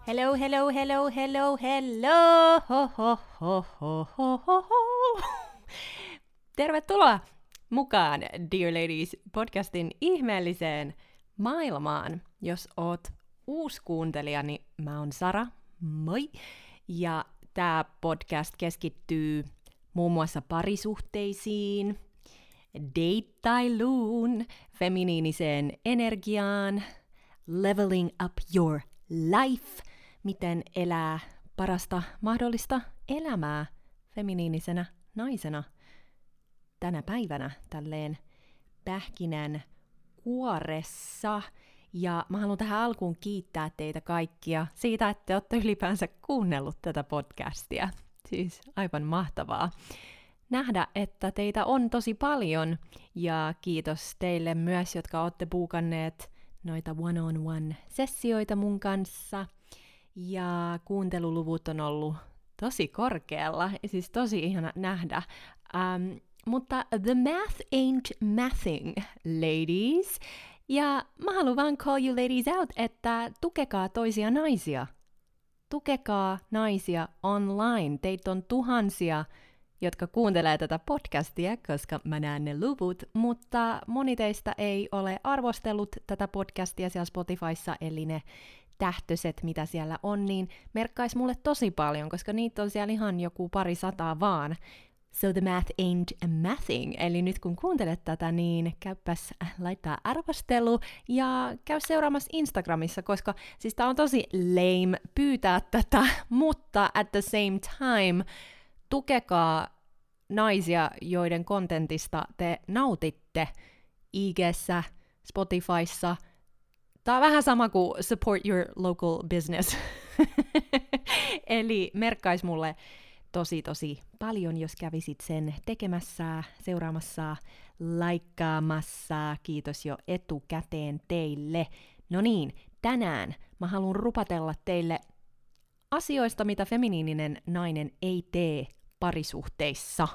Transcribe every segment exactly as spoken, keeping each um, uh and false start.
Hello, hello, hello, hello, hello! Ho, ho, ho, ho, ho, ho, ho. Tervetuloa mukaan, Dear Ladies, podcastin ihmeelliseen maailmaan. Jos oot uusi kuuntelija, niin mä oon Sara, moi! Ja tää podcast keskittyy muun muassa parisuhteisiin, deittailuun, feminiiniseen energiaan, leveling up your life, miten elää parasta mahdollista elämää feminiinisenä naisena tänä päivänä tälleen pähkinän kuoressa. Ja mä haluan tähän alkuun kiittää teitä kaikkia siitä, että te olette ylipäänsä kuunnellut tätä podcastia. Siis aivan mahtavaa nähdä, että teitä on tosi paljon, ja kiitos teille myös, jotka olette buukanneet noita one-on-one-sessioita mun kanssa, ja kuunteluluvut on ollut tosi korkealla, siis tosi ihana nähdä. Um, mutta the math ain't mathing, ladies, ja mä haluan vaan call you ladies out, että tukekaa toisia naisia. Tukekaa naisia online. Teitä on tuhansia, jotka kuuntelee tätä podcastia, koska mä näen ne luvut, mutta moni teistä ei ole arvostellut tätä podcastia siellä Spotifyssa, eli ne tähtöset, mitä siellä on, niin merkkais mulle tosi paljon, koska niitä on siellä ihan joku pari sataa vaan. So the math ain't mathing. Eli nyt kun kuuntelet tätä, niin käypäs laittaa arvostelu ja käy seuraamassa Instagramissa, koska siis tää on tosi lame pyytää tätä, mutta at the same time tukekaa naisia, joiden kontentista te nautitte I G:ssä, Spotifyssa. Tää on vähän sama kuin support your local business. Eli merkkais mulle tosi tosi paljon, jos kävisit sen tekemässä, seuraamassa, laikkaamassa. Kiitos jo etukäteen teille. No niin, tänään mä haluan rupatella teille asioista, mitä feminiininen nainen ei tee parisuhteissa.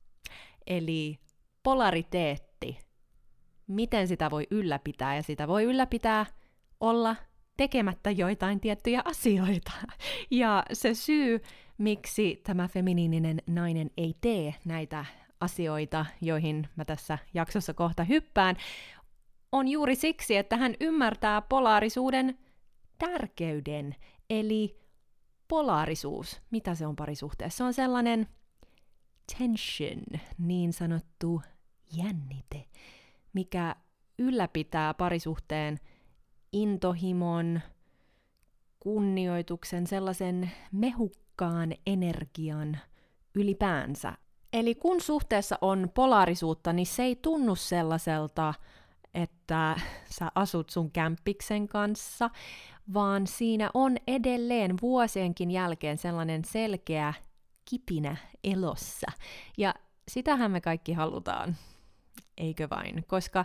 Eli polariteetti. Miten sitä voi ylläpitää, ja sitä voi ylläpitää olla tekemättä joitain tiettyjä asioita. Ja se syy, miksi tämä feminiininen nainen ei tee näitä asioita, joihin mä tässä jaksossa kohta hyppään, on juuri siksi, että hän ymmärtää polaarisuuden tärkeyden. Eli polaarisuus, mitä se on parisuhteessa? Se on sellainen tension, niin sanottu jännite, mikä ylläpitää parisuhteen intohimon, kunnioituksen, sellaisen mehukkaan energian ylipäänsä. Eli kun suhteessa on polaarisuutta, niin se ei tunnu sellaiselta, että sä asut sun kämppiksen kanssa, vaan siinä on edelleen vuosienkin jälkeen sellainen selkeä kipinä elossa. Ja sitähän me kaikki halutaan, eikö vain? Koska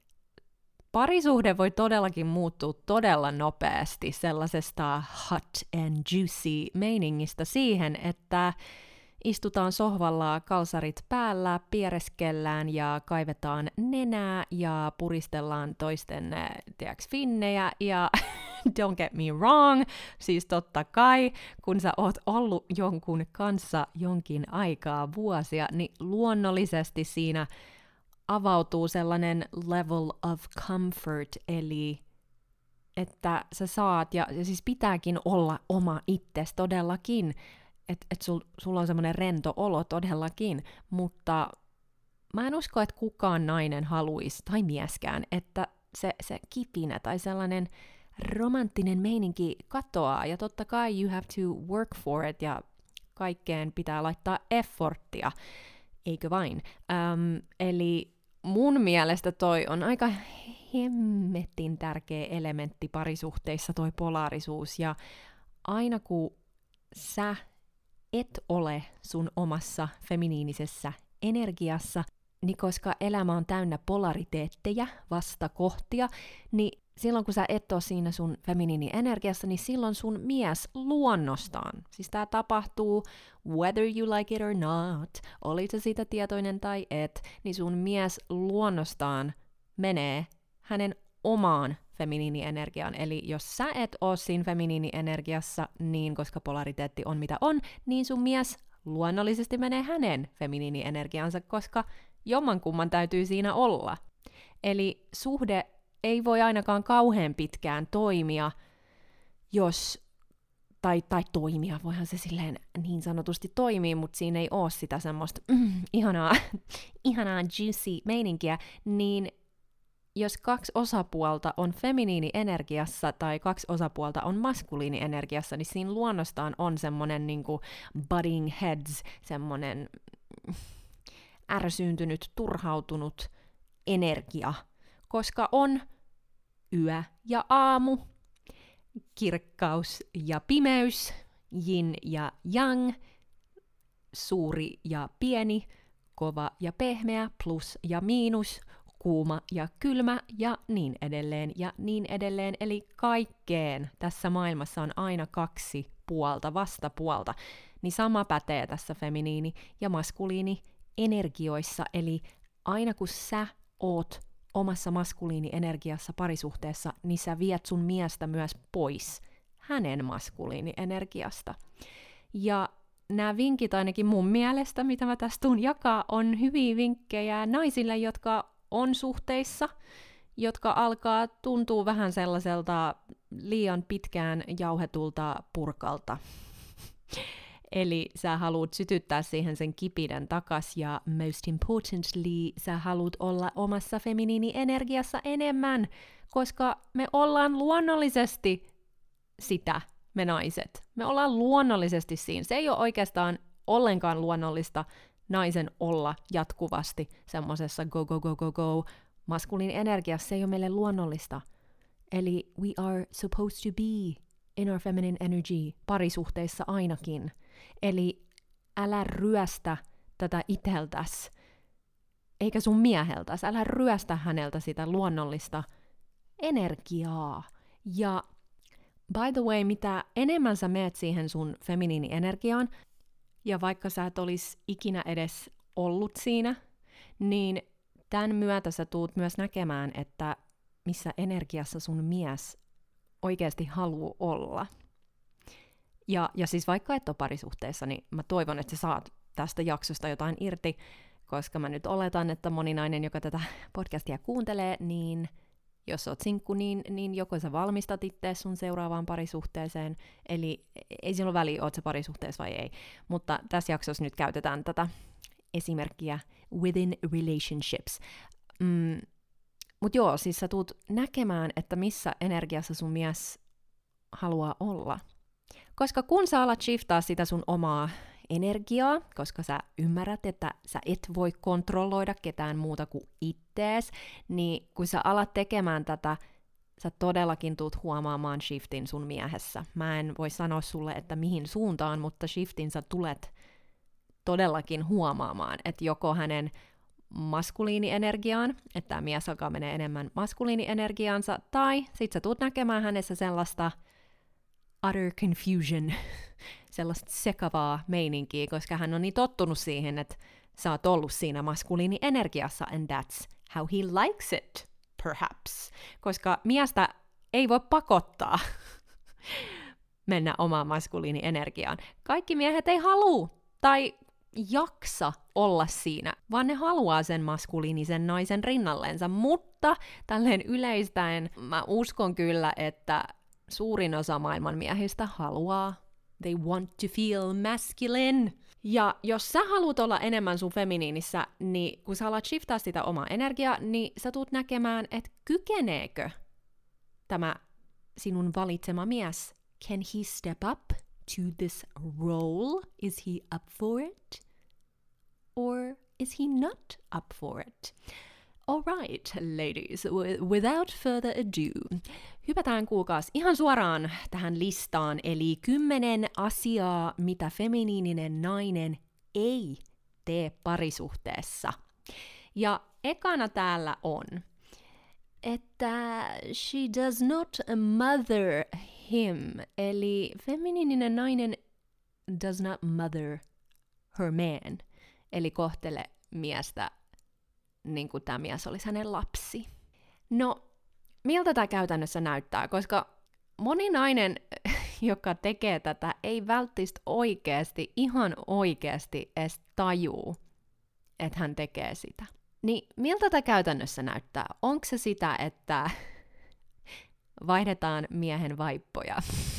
parisuhde voi todellakin muuttua todella nopeasti sellaisesta hot and juicy meiningistä siihen, että istutaan sohvalla kalsarit päällä, piereskellään ja kaivetaan nenää ja puristellaan toisten tiedäks, finnejä ja don't get me wrong, siis totta kai, kun sä oot ollut jonkun kanssa jonkin aikaa vuosia, niin luonnollisesti siinä avautuu sellainen level of comfort, eli että sä saat, ja, ja siis pitääkin olla oma itses todellakin, että et sul, sulla on semmoinen rento olo todellakin, mutta mä en usko, että kukaan nainen haluaisi, tai mieskään, että se, se kipinä tai sellainen romanttinen meininki katoaa, ja totta kai you have to work for it, ja kaikkeen pitää laittaa efforttia, eikö vain? Um, eli mun mielestä toi on aika hemmetin tärkeä elementti parisuhteissa, toi polaarisuus, ja aina kun sä et ole sun omassa feminiinisessä energiassa, niin koska elämä on täynnä polariteetteja, vastakohtia, niin silloin kun sä et ole siinä sun feminiini-energiassa, niin silloin sun mies luonnostaan, siis tää tapahtuu whether you like it or not, olit sä siitä tietoinen tai et, niin sun mies luonnostaan menee hänen omaan feminiinienergiaan. Eli jos sä et oo siinä feminiinienergiassa, niin koska polariteetti on mitä on, niin sun mies luonnollisesti menee hänen feminiinienergiansa, koska jommankumman täytyy siinä olla. Eli suhde ei voi ainakaan kauhean pitkään toimia, jos, tai, tai toimia, voihan se silleen niin sanotusti toimii, mutta siinä ei ole sitä semmoista mm, ihanaa, ihanaa juicy meininkiä, niin jos kaksi osapuolta on feminiinienergiassa tai kaksi osapuolta on maskuliinienergiassa, niin siinä luonnostaan on semmoinen niinku butting heads, semmoinen ärsyyntynyt, turhautunut energia, koska on yö ja aamu, kirkkaus ja pimeys, yin ja yang, suuri ja pieni, kova ja pehmeä, plus ja miinus, kuuma ja kylmä ja niin edelleen ja niin edelleen. Eli kaikkeen tässä maailmassa on aina kaksi puolta, vastapuolta. Niin sama pätee tässä feminiini- ja maskuliini-energioissa. Eli aina kun sä oot omassa maskuliini-energiassa parisuhteessa, niin sä viet sun miestä myös pois hänen maskuliini-energiasta. Ja nämä vinkit ainakin mun mielestä, mitä mä tässä tuun jakaa, on hyviä vinkkejä naisille, jotka on suhteissa, jotka alkaa tuntua vähän sellaiselta liian pitkään jauhetulta purkalta. Eli sä haluat sytyttää siihen sen kipinän takas ja most importantly, sä haluat olla omassa feminiini-energiassa enemmän, koska me ollaan luonnollisesti sitä, me naiset. Me ollaan luonnollisesti siinä. Se ei ole oikeastaan ollenkaan luonnollista naisen olla jatkuvasti semmosessa go go go go go maskuliini energiassa. Se ei ole meille luonnollista. Eli we are supposed to be in our feminine energy parisuhteissa ainakin. Eli älä ryöstä tätä iteltäs, eikä sun mieheltäs. Älä ryöstä häneltä sitä luonnollista energiaa. Ja by the way, mitä enemmän sä meet siihen sun feminiini-energiaan, ja vaikka sä et olis ikinä edes ollut siinä, niin tämän myötä sä tuut myös näkemään, että missä energiassa sun mies oikeasti haluaa olla. Ja, ja siis vaikka et ole parisuhteessa, niin mä toivon, että sä saat tästä jaksosta jotain irti, koska mä nyt oletan, että moni nainen, joka tätä podcastia kuuntelee, niin jos oot sinkku, niin, niin joko sä valmistat itse sun seuraavaan parisuhteeseen, eli ei sillä ole väliä, oot sä parisuhteessa vai ei. Mutta tässä jaksossa nyt käytetään tätä esimerkkiä within relationships. Mm, Mut joo, siis sä tuut näkemään, että missä energiassa sun mies haluaa olla. Koska kun sä alat shiftaa sitä sun omaa energiaa, koska sä ymmärrät, että sä et voi kontrolloida ketään muuta kuin ittees, niin kun sä alat tekemään tätä, sä todellakin tuut huomaamaan shiftin sun miehessä. Mä en voi sanoa sulle, että mihin suuntaan, mutta shiftin sä tulet todellakin huomaamaan, että joko hänen maskuliinienergiaan, että tämä mies alkaa menee enemmän maskuliinienergiaansa, tai sit sä tuut näkemään hänessä sellaista utter confusion, sellaista sekavaa meininkiä, koska hän on niin tottunut siihen, että sä oot ollut siinä maskuliinienergiassa, and that's how he likes it, perhaps. Koska miestä ei voi pakottaa mennä omaan maskuliinienergiaan. Kaikki miehet ei halua, tai jaksa olla siinä, vaan ne haluaa sen maskuliinisen naisen rinnallensa, mutta tälleen yleistäen mä uskon kyllä, että suurin osa maailman miehistä haluaa, they want to feel masculine. Ja jos sä haluat olla enemmän sun feminiinissä, niin kun sä alat shiftaa sitä omaa energiaa, niin sä tuut näkemään, että kykeneekö tämä sinun valitsema mies. Can he step up to this role? Is he up for it? Or is he not up for it? Alright, ladies, w- without further ado, hypätään kuulkaas ihan suoraan tähän listaan, eli kymmenen asiaa, mitä feminiininen nainen ei tee parisuhteessa. Ja ekana täällä on, että she does not mother him, eli feminiininen nainen does not mother her man, eli kohtele miestä niin kuin tämä mies olisi hänen lapsi. No, miltä tämä käytännössä näyttää? Koska moni nainen, joka tekee tätä, ei välttämättä oikeasti, ihan oikeasti edes tajuu, että hän tekee sitä. Niin miltä tämä käytännössä näyttää? Onko se sitä, että vaihdetaan miehen vaippoja?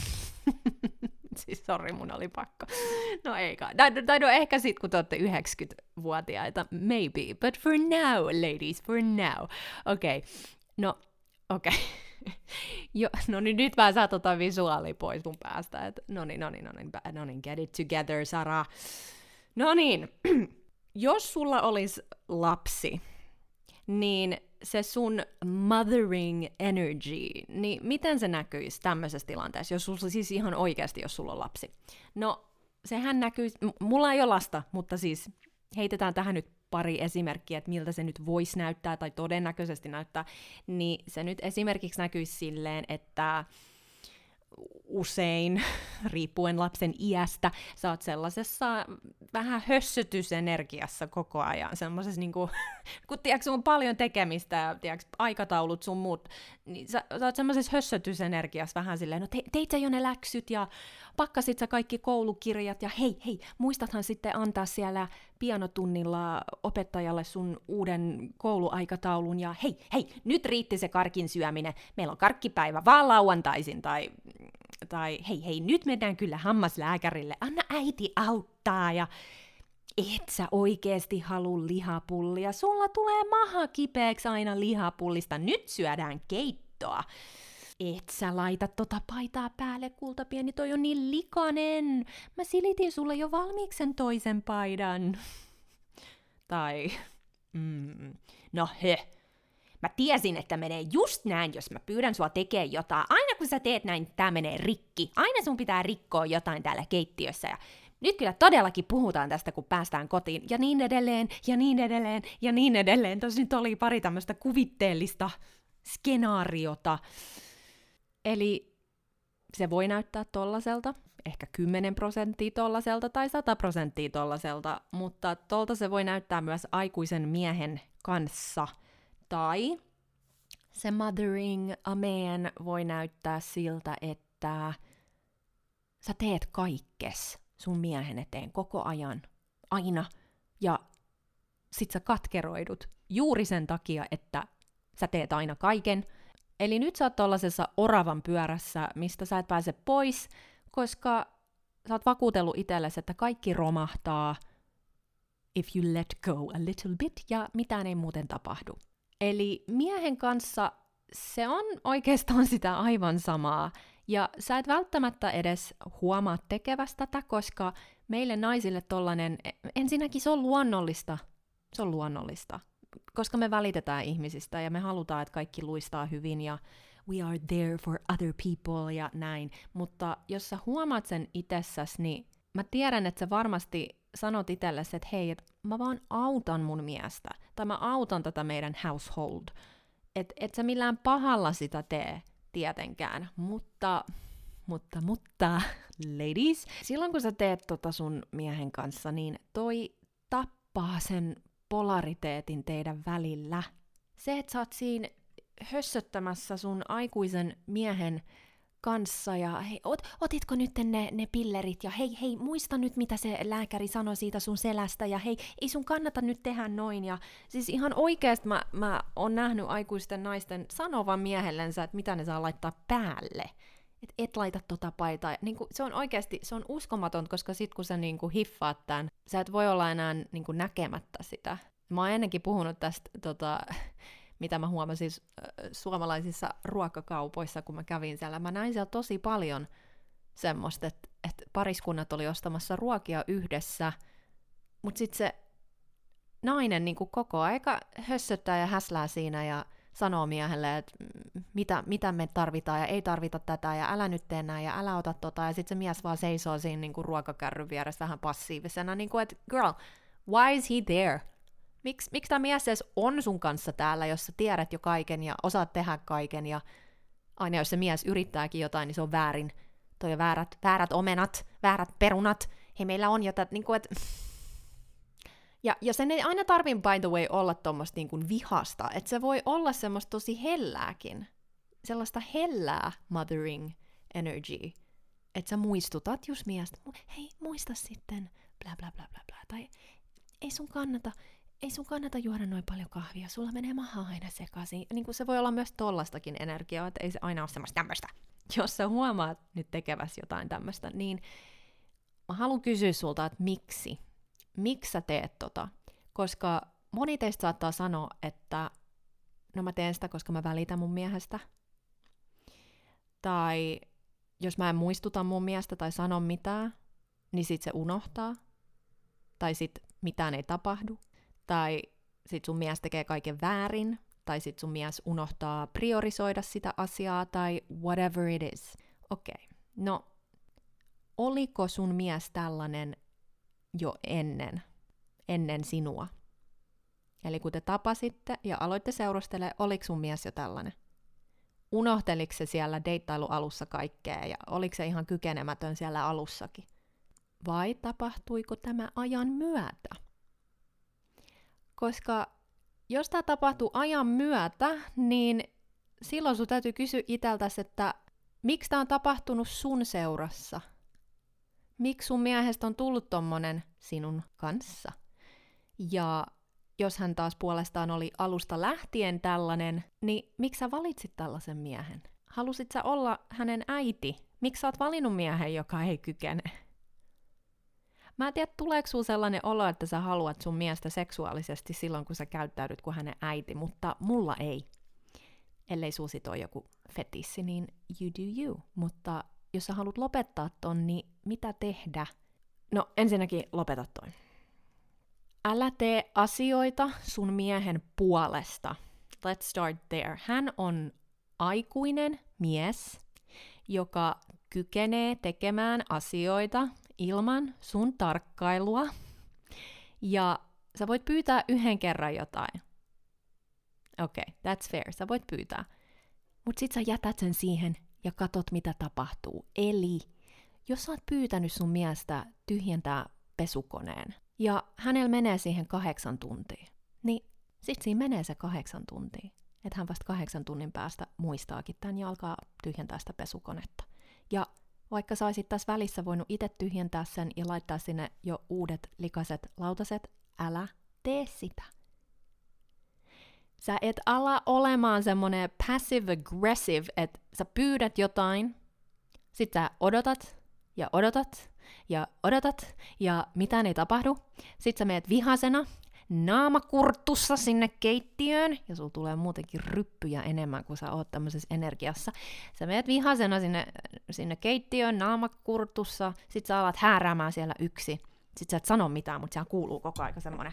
Siis sori, mun oli pakko. No eikä. Tai, tai no ehkä sit, kun te olette yhdeksänkymmentävuotiaita. Maybe. But for now, ladies, for now. Okei. Okay. No, okei. Okay. Jo, no niin, nyt mä saan tota visuaalia pois mun päästä. Et, no niin, no niin, no niin, no niin, get it together, Sara. No niin. Jos sulla olisi lapsi, niin se sun mothering energy, niin miten se näkyisi tämmöisessä tilanteessa, jos sulla siis ihan oikeasti, jos sulla on lapsi? No, sehän näkyisi, m- mulla ei ole lasta, mutta siis heitetään tähän nyt pari esimerkkiä, että miltä se nyt voisi näyttää tai todennäköisesti näyttää, niin se nyt esimerkiksi näkyisi silleen, että usein, riippuen lapsen iästä, sä oot sellaisessa vähän hössötysenergiassa koko ajan, semmoisessa niinku, kun tiedätkö, on paljon tekemistä ja tiedätkö, aikataulut sun muut, niin sä, sä oot semmoisessa hössötysenergiassa vähän silleen, no te, teit sä jo ne läksyt ja pakkasit sä kaikki koulukirjat ja hei, hei, muistathan sitten antaa siellä pianotunnilla opettajalle sun uuden kouluaikataulun ja hei, hei, nyt riitti se karkin syöminen, meillä on karkkipäivä vaan lauantaisin tai tai hei hei, nyt mennään kyllä hammaslääkärille, anna äiti auttaa, ja et sä oikeesti halua lihapullia, sulla tulee maha kipeäksi aina lihapullista, nyt syödään keittoa. Et sä laita tota paitaa päälle, kultapieni, toi on niin likainen, mä silitin sulle jo valmiiksi sen toisen paidan. Tai, mm, no he. Mä tiesin, että menee just näin, jos mä pyydän sua tekemään jotain. Aina kun sä teet näin, tää menee rikki. Aina sun pitää rikkoa jotain täällä keittiössä. Ja nyt kyllä todellakin puhutaan tästä, kun päästään kotiin. Ja niin edelleen, ja niin edelleen, ja niin edelleen. Tuossa nyt oli pari tämmöistä kuvitteellista skenaariota. Eli se voi näyttää tollaselta, ehkä kymmenen prosenttia tollaselta tai sata prosenttia tollaselta, mutta tolta se voi näyttää myös aikuisen miehen kanssa. Tai se mothering a man voi näyttää siltä, että sä teet kaikkes sun miehen eteen koko ajan, aina, ja sit sä katkeroidut juuri sen takia, että sä teet aina kaiken. Eli nyt sä oot tollasessa oravan pyörässä, mistä sä et pääse pois, koska sä oot vakuutellut itsellesi, että kaikki romahtaa if you let go a little bit, ja mitään ei muuten tapahdu. Eli miehen kanssa se on oikeastaan sitä aivan samaa, ja sä et välttämättä edes huomaa tekevästä tätä, koska meille naisille tollanen, ensinnäkin se on luonnollista, se on luonnollista, koska me välitetään ihmisistä ja me halutaan, että kaikki luistaa hyvin ja we are there for other people ja näin, mutta jos sä huomaat sen itsessäsi, niin mä tiedän, että sä varmasti sanot itsellesi, että hei, et mä vaan autan mun miestä, tai mä autan tätä meidän household. Että et sä millään pahalla sitä tee, tietenkään. Mutta, mutta, mutta, ladies, silloin kun sä teet tota sun miehen kanssa, niin toi tappaa sen polariteetin teidän välillä. Se, että sä oot siinä hössöttämässä sun aikuisen miehen kanssa ja hei, ot, otitko nyt ne, ne pillerit ja hei, hei, muista nyt mitä se lääkäri sanoi siitä sun selästä ja hei, ei sun kannata nyt tehdä noin ja siis ihan oikeasti mä, mä oon nähnyt aikuisten naisten sanovan miehellensä, että mitä ne saa laittaa päälle, että et laita tota paitaa, niin kun, se on oikeasti, se on uskomaton, koska sit kun sä niin kun hiffaat tän, sä et voi olla enää niin kun näkemättä sitä. Mä oon ennenkin puhunut tästä tota, mitä mä huomasin äh, suomalaisissa ruokakaupoissa, kun mä kävin siellä. Mä näin siellä tosi paljon semmoista, että et pariskunnat oli ostamassa ruokia yhdessä, mutta sitten se nainen niin kuin koko aika hössöttää ja häslää siinä ja sanoo miehelle, että mitä, mitä me tarvitaan ja ei tarvita tätä ja älä nyt tee näin ja älä ota tota. Ja sitten se mies vaan seisoo siinä niin kuin ruokakärryn vieressä vähän passiivisena, niin kuin, että girl, why is he there? Miks, miksi tämä mies edes on sun kanssa täällä, jos sä tiedät jo kaiken ja osaat tehdä kaiken ja aina jos se mies yrittääkin jotain, niin se on väärin. Toi on väärät, väärät omenat, väärät perunat. Hei, meillä on jotain, niin kuin, että... Ja, ja sen ei aina tarvitse, by the way, olla tuommoista niin kuin vihasta. Että se voi olla semmoista tosi hellääkin. sellaista hellää mothering energy, että sä muistutat just miestä, hei muista sitten, bla bla bla bla bla, tai ei sun kannata, ei sun kannata juoda noin paljon kahvia, sulla menee maha aina sekaisin. Niin kuin se voi olla myös tollastakin energiaa, että ei se aina ole semmoista tämmöistä. Jos sä huomaat nyt tekeväsi jotain tämmöistä, niin mä haluan kysyä sulta, että miksi? Miksi sä teet tota? Koska moni teistä saattaa sanoa, että no mä teen sitä, koska mä välitän mun miehestä. Tai jos mä en muistuta mun miestä tai sano mitään, niin sit se unohtaa. Tai sit mitään ei tapahdu. Tai sit sun mies tekee kaiken väärin. Tai sit sun mies unohtaa priorisoida sitä asiaa. Tai whatever it is. Okei, okay. No oliko sun mies tällainen jo ennen, ennen sinua? Eli kun te tapasitte ja aloitte seurustelemaan, oliko sun mies jo tällainen? Unohteliko se siellä deittailualussa kaikkea ja oliko se ihan kykenemätön siellä alussakin? Vai tapahtuiko tämä ajan myötä? Koska jos tämä tapahtuu ajan myötä, niin silloin sun täytyy kysyä itseltäsi, että miksi tämä on tapahtunut sun seurassa? Miksi sun miehestä on tullut tommonen sinun kanssa? Ja jos hän taas puolestaan oli alusta lähtien tällainen, niin miksi sä valitsit tällaisen miehen? Halusit sä olla hänen äiti? Miksi sä oot valinnut miehen, joka ei kykene? Mä en tiedä, tuleeko sulla sellainen olo, että sä haluat sun miestä seksuaalisesti silloin, kun sä käyttäydyt kuin hänen äiti, mutta mulla ei. Ellei sulla sit ole joku fetissi, niin you do you. Mutta jos sä haluat lopettaa ton, niin mitä tehdä? No ensinnäkin lopeta toi. Älä tee asioita sun miehen puolesta. Let's start there. Hän on aikuinen mies, joka kykenee tekemään asioita ilman sun tarkkailua. Ja sä voit pyytää yhden kerran jotain. Okei, okay, that's fair. Sä voit pyytää. Mut sit sä jätät sen siihen ja katot mitä tapahtuu. Eli jos sä oot pyytänyt sun miestä tyhjentää pesukoneen, ja hänellä menee siihen kahdeksan tuntia, niin sit siinä menee se kahdeksan tuntia. Että hän vasta kahdeksan tunnin päästä muistaakin tän ja alkaa tyhjentää sitä pesukonetta. Ja vaikka sä olisit tässä välissä voinut itse tyhjentää sen ja laittaa sinne jo uudet likaiset lautaset, älä tee sitä. Sä et ala olemaan semmonen passive-aggressive, että sä pyydät jotain, sit sä odotat ja odotat ja odotat ja mitään ei tapahdu. Sit sä meet vihasena, naamakurtussa sinne keittiöön, ja sulla tulee muutenkin ryppyjä enemmän, kuin sä oot tämmöisessä energiassa. Sä meet vihasena sinne, sinne keittiöön, naamakurtussa, sit sä alat hääräämään siellä yksi. Sit sä et sano mitään, mutta siellä kuuluu koko aika semmonen...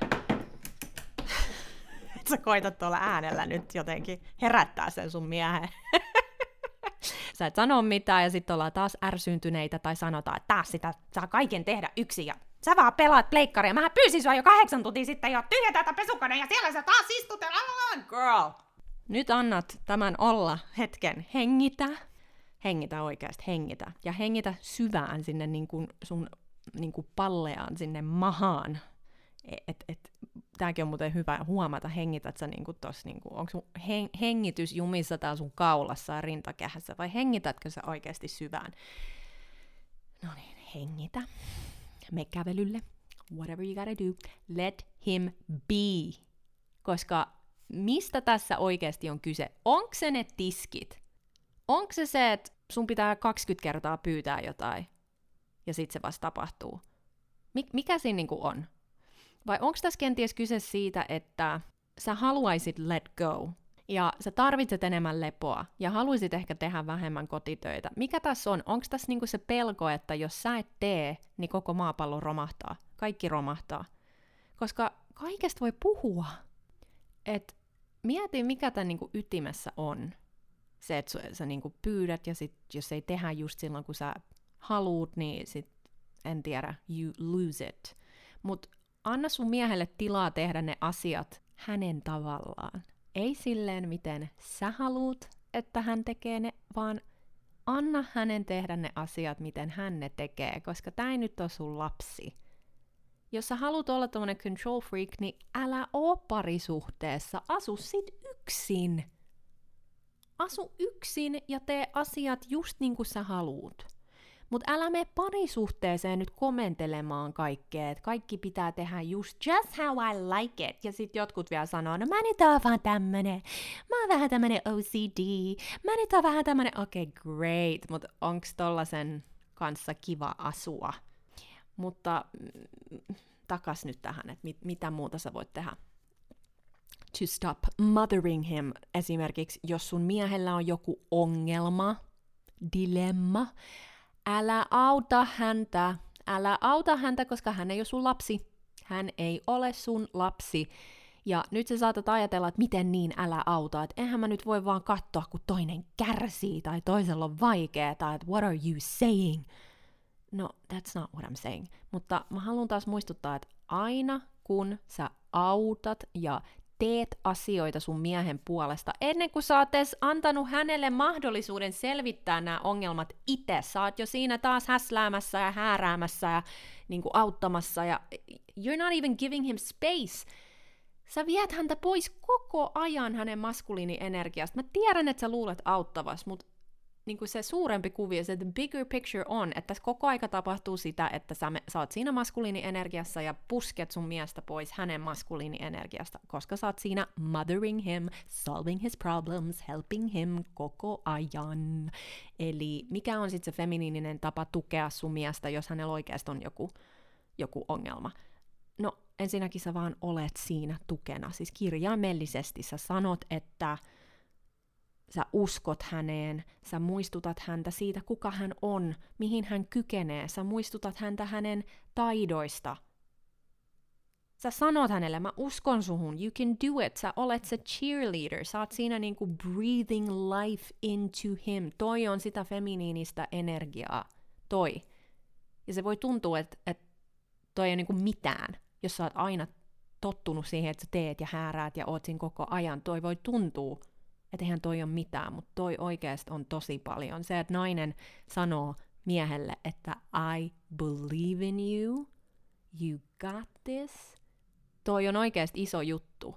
Sä koitat tuolla äänellä nyt jotenkin herättää sen sun miehen. Sä et sano mitään ja sitten ollaan taas ärsyyntyneitä tai sanotaan, että taas sitä saa kaiken tehdä yksin ja sä vaan pelaat pleikkaria. Mähän pyysin sua jo kahdeksan tuntia sitten jo tyhjä tätä pesukoneen ja siellä sä taas istut on, girl. Nyt annat tämän olla hetken. Hengitä. Hengitä oikeasti, hengitä. Ja hengitä syvään sinne niin kuin sun niin kuin palleaan sinne mahaan. Et, et, tääkin on muuten hyvä huomata, hengität sä niinku tossa, niinku, onko sun hengitys jumissa täällä sun kaulassa ja rintakehässä, vai hengitätkö sä oikeasti syvään? No niin, hengitä. Me kävelylle. Whatever you gotta do. Let him be. Koska mistä tässä oikeasti on kyse? Onko se ne tiskit? Onko se se, että sun pitää kaksikymmentä kertaa pyytää jotain, ja sit se vasta tapahtuu? Mik- mikä siinä niinku on? Vai onko tässä kenties kyse siitä, että sä haluaisit let go, ja sä tarvitset enemmän lepoa, ja haluaisit ehkä tehdä vähemmän kotitöitä? Mikä tässä on? Onko tässä niinku se pelko, että jos sä et tee, niin koko maapallo romahtaa? Kaikki romahtaa. Koska kaikesta voi puhua. Et mieti, mikä tämän niinku ytimessä on. Se, että sä, sä niinku pyydät, ja sit, jos ei tehdä just silloin, kun sä haluut, niin sit, en tiedä, you lose it. Mut anna sun miehelle tilaa tehdä ne asiat hänen tavallaan. Ei silleen, miten sä haluut, että hän tekee ne, vaan anna hänen tehdä ne asiat, miten hän ne tekee, koska tää ei nyt ole sun lapsi. Jos sä haluat olla tommonen control freak, niin älä oo parisuhteessa, asu sit yksin. asu yksin ja tee asiat just niin kuin sä haluut. Mutta älä mene parisuhteeseen nyt komentelemaan kaikkea, että kaikki pitää tehdä just, just how I like it. Ja sit jotkut vielä sanoo, no mä nyt oon vaan tämmönen, mä oon vähän tämmönen O C D, mä nyt oon vähän tämmönen, okei okay, great, mutta onks tollasen kanssa kiva asua? Mutta mm, takas nyt tähän, että mit, mitä muuta sä voit tehdä. To stop mothering him, esimerkiksi jos sun miehellä on joku ongelma, dilemma, älä auta häntä, älä auta häntä, koska hän ei ole sun lapsi. Hän ei ole sun lapsi. Ja nyt sä saatat ajatella, että miten niin älä auta, että eihän mä nyt voi vaan katsoa, kun toinen kärsii tai toisella on vaikeaa, tai että what are you saying? No, that's not what I'm saying. Mutta mä haluan taas muistuttaa, että aina kun sä autat ja teet asioita sun miehen puolesta, ennen kuin sä oot edes antanut hänelle mahdollisuuden selvittää nämä ongelmat itse. Sä oot jo siinä taas häsläämässä ja hääräämässä ja niin kuin auttamassa ja you're not even giving him space. Sä viet häntä pois koko ajan hänen maskuliinienergiasta. Mä tiedän, että sä luulet auttavas, mutta niin kuin se suurempi kuvio, se the bigger picture on, että tässä koko aika tapahtuu sitä, että sä, me, sä oot siinä maskuliinienergiassa ja pusket sun miestä pois hänen maskuliinienergiasta, koska sä oot siinä mothering him, solving his problems, helping him koko ajan. Eli mikä on sitten se feminiininen tapa tukea sun miestä, jos hänellä oikeasti on joku, joku ongelma? No ensinnäkin sä vaan olet siinä tukena, siis kirjaimellisesti sä sanot, että sä uskot häneen, sä muistutat häntä siitä, kuka hän on, mihin hän kykenee, sä muistutat häntä hänen taidoista. Sä sanot hänelle, mä uskon suhun, you can do it, sä olet se cheerleader, sä oot siinä niinku breathing life into him. Toi on sitä feminiinistä energiaa, toi. Ja se voi tuntua, että et toi ei ole niinku mitään, jos sä oot aina tottunut siihen, että sä teet ja hääräät ja oot siinä koko ajan. Toi voi tuntua, että eihän toi ole mitään, mutta toi oikeasti on tosi paljon. Se, että nainen sanoo miehelle, että I believe in you, you got this, toi on oikeasti iso juttu.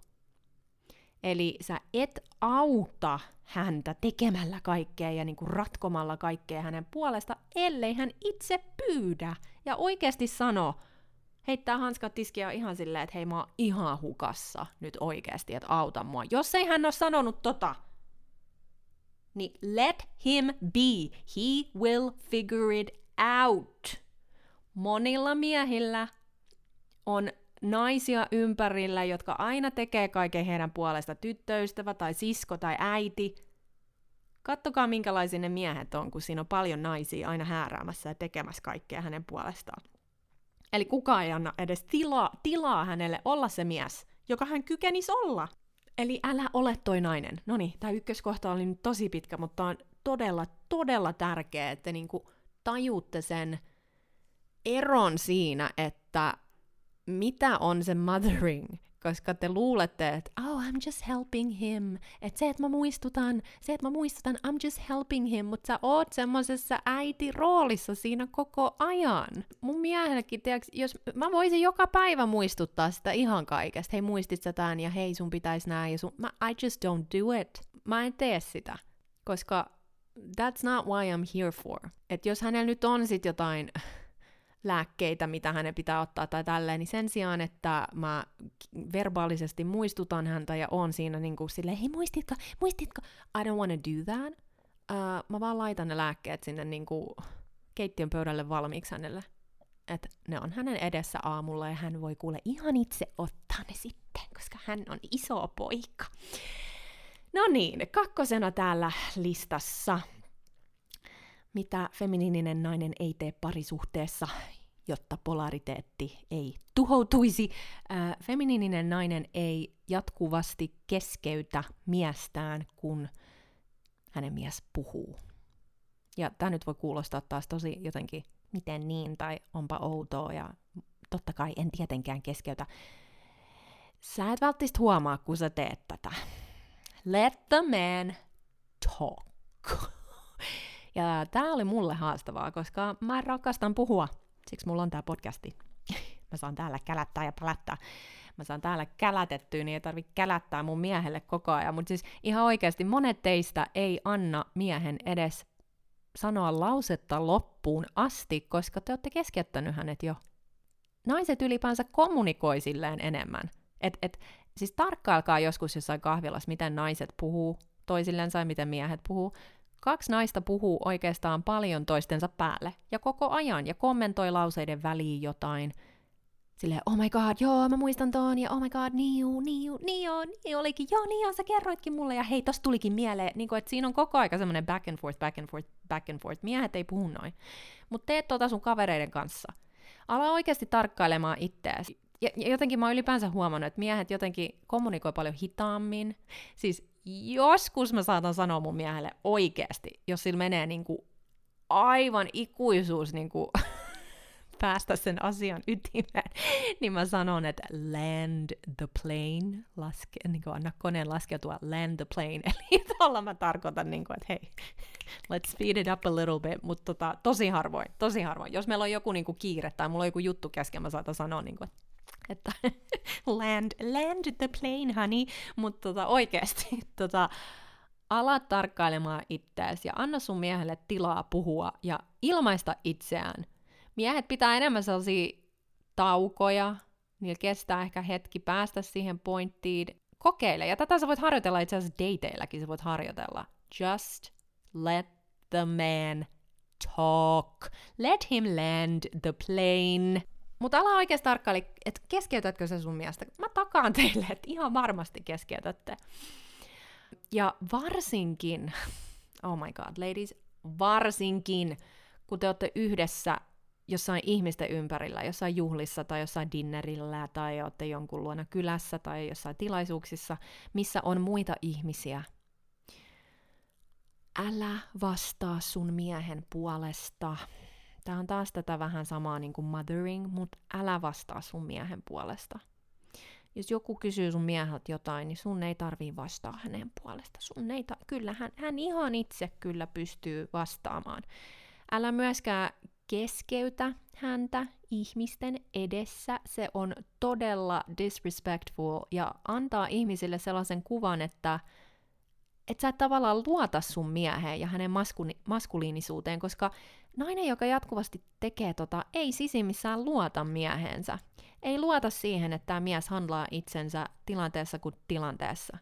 Eli sä et auta häntä tekemällä kaikkea ja niinku ratkomalla kaikkea hänen puolesta, ellei hän itse pyydä ja oikeasti sano, heittää hanskat tiskiä ihan silleen, että hei mä oon ihan hukassa nyt oikeasti, että auta mua. Jos ei hän ole sanonut tota, niin let him be. He will figure it out. Monilla miehillä on naisia ympärillä, jotka aina tekee kaiken heidän puolesta, tyttöystävä tai sisko tai äiti. Kattokaa minkälaisia ne miehet on, kun siinä on paljon naisia aina hääräämässä ja tekemässä kaikkea hänen puolestaan. Eli kukaan ei anna edes tilaa, tilaa hänelle olla se mies, joka hän kykenisi olla. Eli älä ole toi nainen. Noniin, tää ykköskohta oli nyt tosi pitkä, mutta on todella, todella tärkeää, että niinku tajutte sen eron siinä, että mitä on se mothering, koska te luulette, että oh, I'm just helping him. Että se, että mä muistutan, se, että mä muistutan, I'm just helping him, mutta sä oot semmosessa äiti-roolissa siinä koko ajan. Mun miehelläkin, tiiäks, jos mä voisin joka päivä muistuttaa sitä ihan kaikesta, hei muistit sä tän ja hei sun pitäis näin ja sun, mä, I just don't do it. Mä en tee sitä, koska that's not why I'm here for. Että jos hänellä nyt on sit jotain lääkkeitä, mitä hänen pitää ottaa tai tälleen, niin sen sijaan, että mä verbaalisesti muistutan häntä ja oon siinä niin kuin silleen, hei muistitko, muistitko, I don't wanna do that. Uh, mä vaan laitan ne lääkkeet sinne niin kuin keittiön pöydälle valmiiksi hänelle. Että ne on hänen edessä aamulla ja hän voi kuule ihan itse ottaa ne sitten, koska hän on iso poika. No niin, kakkosena täällä listassa. Mitä feminiininen nainen ei tee parisuhteessa, jotta polariteetti ei tuhoutuisi. Ää, feminiininen nainen ei jatkuvasti keskeytä miestään, kun hänen mies puhuu. Ja tämä nyt voi kuulostaa taas tosi jotenkin, miten niin, tai onpa outoa, ja totta kai en tietenkään keskeytä. Sä et välttämättä huomaa, kun sä teet tätä. Let the man talk. Ja tää oli mulle haastavaa, koska mä rakastan puhua. Siksi mulla on tää podcasti. Mä saan täällä kälättää ja pälättää. mä saan täällä kälätettyä, niin ei tarvitse kälättää mun miehelle koko ajan. Mutta siis ihan oikeasti monet teistä ei anna miehen edes sanoa lausetta loppuun asti, koska te olette keskeyttänyt hänet jo. Naiset ylipäänsä kommunikoi silleen enemmän. Et, et, siis tarkkailkaa joskus jossain kahvilassa, miten naiset puhuu toisillensa ja miten miehet puhuu. Kaksi naista puhuu oikeastaan paljon toistensa päälle ja koko ajan ja kommentoi lauseiden väliin jotain. Silleen, oh my god, joo, mä muistan ton, ja oh my god, niin juu, niin juu, niin joo, niin olikin, joo, niin joo, sä kerroitkin mulle, ja hei, tosta tulikin mieleen, niin kuin, että siinä on koko aika semmoinen back and forth, back and forth, back and forth, miehet ei puhu noin. Mutta teet tota sun kavereiden kanssa. Ala oikeasti tarkkailemaan ittees. Ja, ja jotenkin mä oon ylipäänsä huomannut, että miehet jotenkin kommunikoi paljon hitaammin. Siis joskus mä saatan sanoa mun miehelle oikeasti, jos sillä menee niinku aivan ikuisuus niinku päästä sen asian ytimeen, niin mä sanon, että land the plane, laske, niin kuin anna koneen laskeutua, land the plane, eli tuolla mä tarkoitan, niin kuin, että hei, let's speed it up a little bit, mutta tota, tosi harvoin, tosi harvoin. Jos meillä on joku niin kuin kiire tai mulla on joku juttu kesken, mä saatan sanoa, niin kuin, että land, land the plane, honey, mutta tota, oikeasti tota, ala tarkkailemaan itseäsi ja anna sun miehelle tilaa puhua ja ilmaista itseään. Miehet pitää enemmän sellaisia taukoja, niillä kestää ehkä hetki päästä siihen pointtiin. Kokeile, ja tätä sä voit harjoitella itse asiassa dateilläkin, sä voit harjoitella. Just let the man talk. Let him land the plane. Mutta ala oikeasti tarkkaili, että keskeytätkö sä sun mielestä? Mä takaan teille, että ihan varmasti keskeytätte. Ja varsinkin, oh my god, ladies, varsinkin, kun te olette yhdessä jossain ihmisten ympärillä, jossain juhlissa tai jossain dinnerillä tai olette jonkun luona kylässä tai jossain tilaisuuksissa, missä on muita ihmisiä. Älä vastaa sun miehen puolesta. Tää on taas tätä vähän samaa niin kuin mothering, mutta älä vastaa sun miehen puolesta. Jos joku kysyy sun mieheltä jotain, niin sun ei tarvii vastaa hänen puolesta. Sun ei ta- kyllä, hän, hän ihan itse kyllä pystyy vastaamaan. Älä myöskään keskeytä häntä ihmisten edessä. Se on todella disrespectful ja antaa ihmisille sellaisen kuvan, että et sä et tavallaan luota sun mieheen ja hänen maskuli- maskuliinisuuteen, koska nainen, joka jatkuvasti tekee tota, ei sisimmissään luota mieheensä. Ei luota siihen, että tämä mies handlaa itsensä tilanteessa kuin tilanteessa.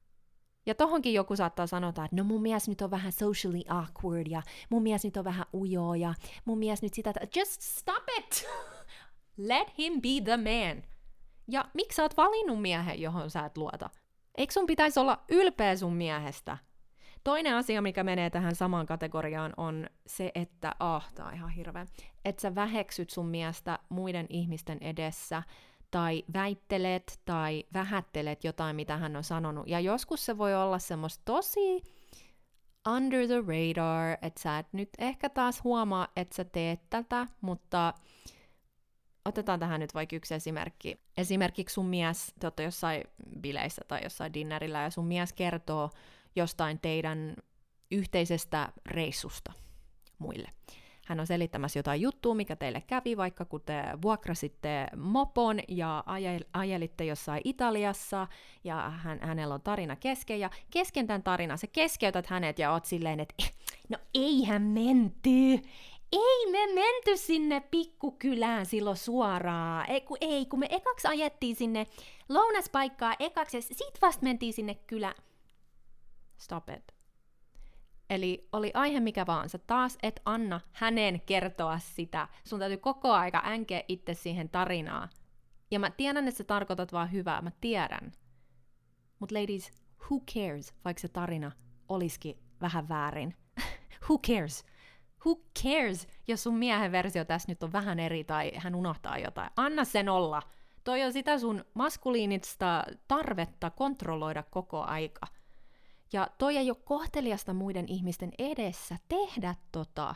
Ja tohonkin joku saattaa sanoa, että no mun mies nyt on vähän socially awkward ja mun mies nyt on vähän ujo ja mun mies nyt sitä, just stop it! Let him be the man. Ja miksi sä oot valinnut miehen, johon sä et luota? Eikö sun pitäisi olla ylpeä sun miehestä? Toinen asia, mikä menee tähän samaan kategoriaan, on se, että, ah, tää on ihan hirveä, että sä väheksyt sun miestä muiden ihmisten edessä, tai väittelet tai vähättelet jotain, mitä hän on sanonut. Ja joskus se voi olla semmoista tosi under the radar, että sä et nyt ehkä taas huomaa, että sä teet tätä, mutta otetaan tähän nyt vaikka yksi esimerkki. Esimerkiksi sun mies, te olette jossain bileissä tai jossain dinnerillä, ja sun mies kertoo jostain teidän yhteisestä reissusta muille. Hän on selittämässä jotain juttua, mikä teille kävi, vaikka kun te vuokrasitte mopon ja ajel, ajelitte jossain Italiassa, ja hän, hänellä on tarina kesken, ja kesken tämän tarinan sä keskeytät hänet ja oot silleen, että no eihän menty, ei me menty sinne pikkukylään silloin suoraan, ei kun, ei, kun me ekaksi ajettiin sinne lounaspaikkaa ekaksi, ja sit vasta mentiin sinne kylään. Stop it. Eli oli aihe mikä vaan, sä taas et anna hänen kertoa sitä. Sun täytyy koko aika änkeä itse siihen tarinaan. Ja mä tiedän, että sä tarkoitat vaan hyvää, mä tiedän. Mut ladies, who cares, vaikka se tarina olisikin vähän väärin? Who cares? Who cares, jos sun miehen versio tässä nyt on vähän eri tai hän unohtaa jotain? Anna sen olla. Toi on sitä sun maskuliinista tarvetta kontrolloida koko aika. Ja toi ei ole kohteliasta muiden ihmisten edessä tehdä tota.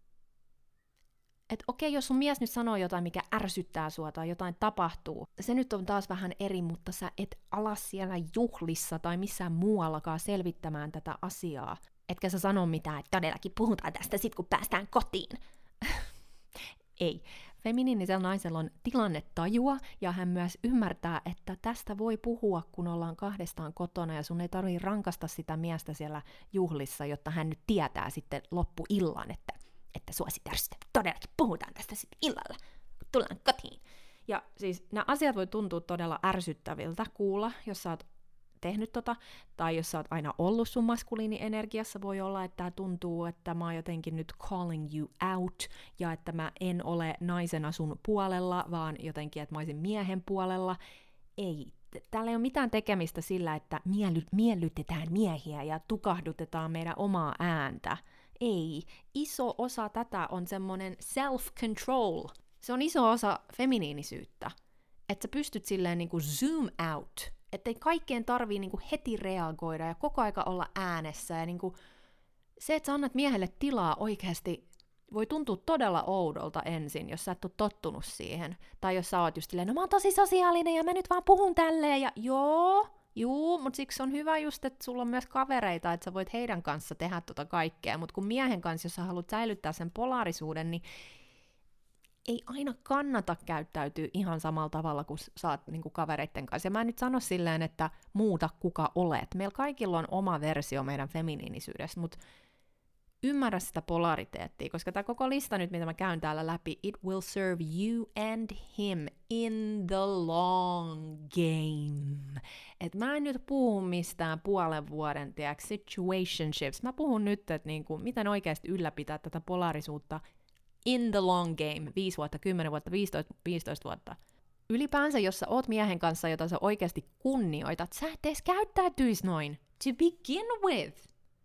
Että okei, jos sun mies nyt sanoo jotain, mikä ärsyttää sua tai jotain tapahtuu, se nyt on taas vähän eri, mutta sä et ala siellä juhlissa tai missään muuallakaan selvittämään tätä asiaa. Etkä sä sano mitään, että todellakin puhutaan tästä sit, kun päästään kotiin. Ei, feminiinisellä naisella on tilannetajua, ja hän myös ymmärtää, että tästä voi puhua, kun ollaan kahdestaan kotona, ja sun ei tarvitse rankasta sitä miestä siellä juhlissa, jotta hän nyt tietää sitten loppuillan, että, että sua sit ärsyttää. Todellakin puhutaan tästä sitten illalla, kun tullaan kotiin. Ja siis nämä asiat voi tuntua todella ärsyttäviltä kuulla, jos sä oot tehnyt tota, tai jos sä oot aina ollut sun maskuliinienergiassa, voi olla, että tää tuntuu, että mä oon jotenkin nyt calling you out, ja että mä en ole naisena sun puolella, vaan jotenkin, että mä olisin miehen puolella. Ei, täällä ei ole mitään tekemistä sillä, että miely- miellytetään miehiä ja tukahdutetaan meidän omaa ääntä. Ei, iso osa tätä on semmonen self-control. Se on iso osa feminiinisyyttä, että sä pystyt silleen niinku zoom out, ettei kaikkeen tarvii niinku heti reagoida ja koko aika olla äänessä. Ja niinku se, että sä annat miehelle tilaa oikeasti, voi tuntua todella oudolta ensin, jos sä et ole tottunut siihen. Tai jos sä oot just silleen, no mä oon tosi sosiaalinen ja mä nyt vaan puhun tälleen ja joo, juu, mutta siksi on hyvä just, että sulla on myös kavereita, että sä voit heidän kanssa tehdä tota kaikkea. Mutta kun miehen kanssa, jos sä haluat säilyttää sen polaarisuuden, niin ei aina kannata käyttäytyä ihan samalla tavalla kuin sä oot niin kuin kavereitten kanssa. Ja mä en nyt sano silleen, että muuta kuka olet. Meillä kaikilla on oma versio meidän feminiinisyydestä, mutta ymmärrä sitä polariteettia, koska tämä koko lista nyt, mitä mä käyn täällä läpi, it will serve you and him in the long game. Et mä en nyt puhu mistään puolen vuoden, tiedätkö, situationships. Mä puhun nyt, että niinku, miten oikeasti ylläpitää tätä polarisuutta in the long game, viisi vuotta, kymmenen vuotta, viisitoista, viisitoista vuotta. Ylipäänsä, jos sä oot miehen kanssa, jota sä oikeasti kunnioitat, sä et edes käyttäytyisi noin, to begin with.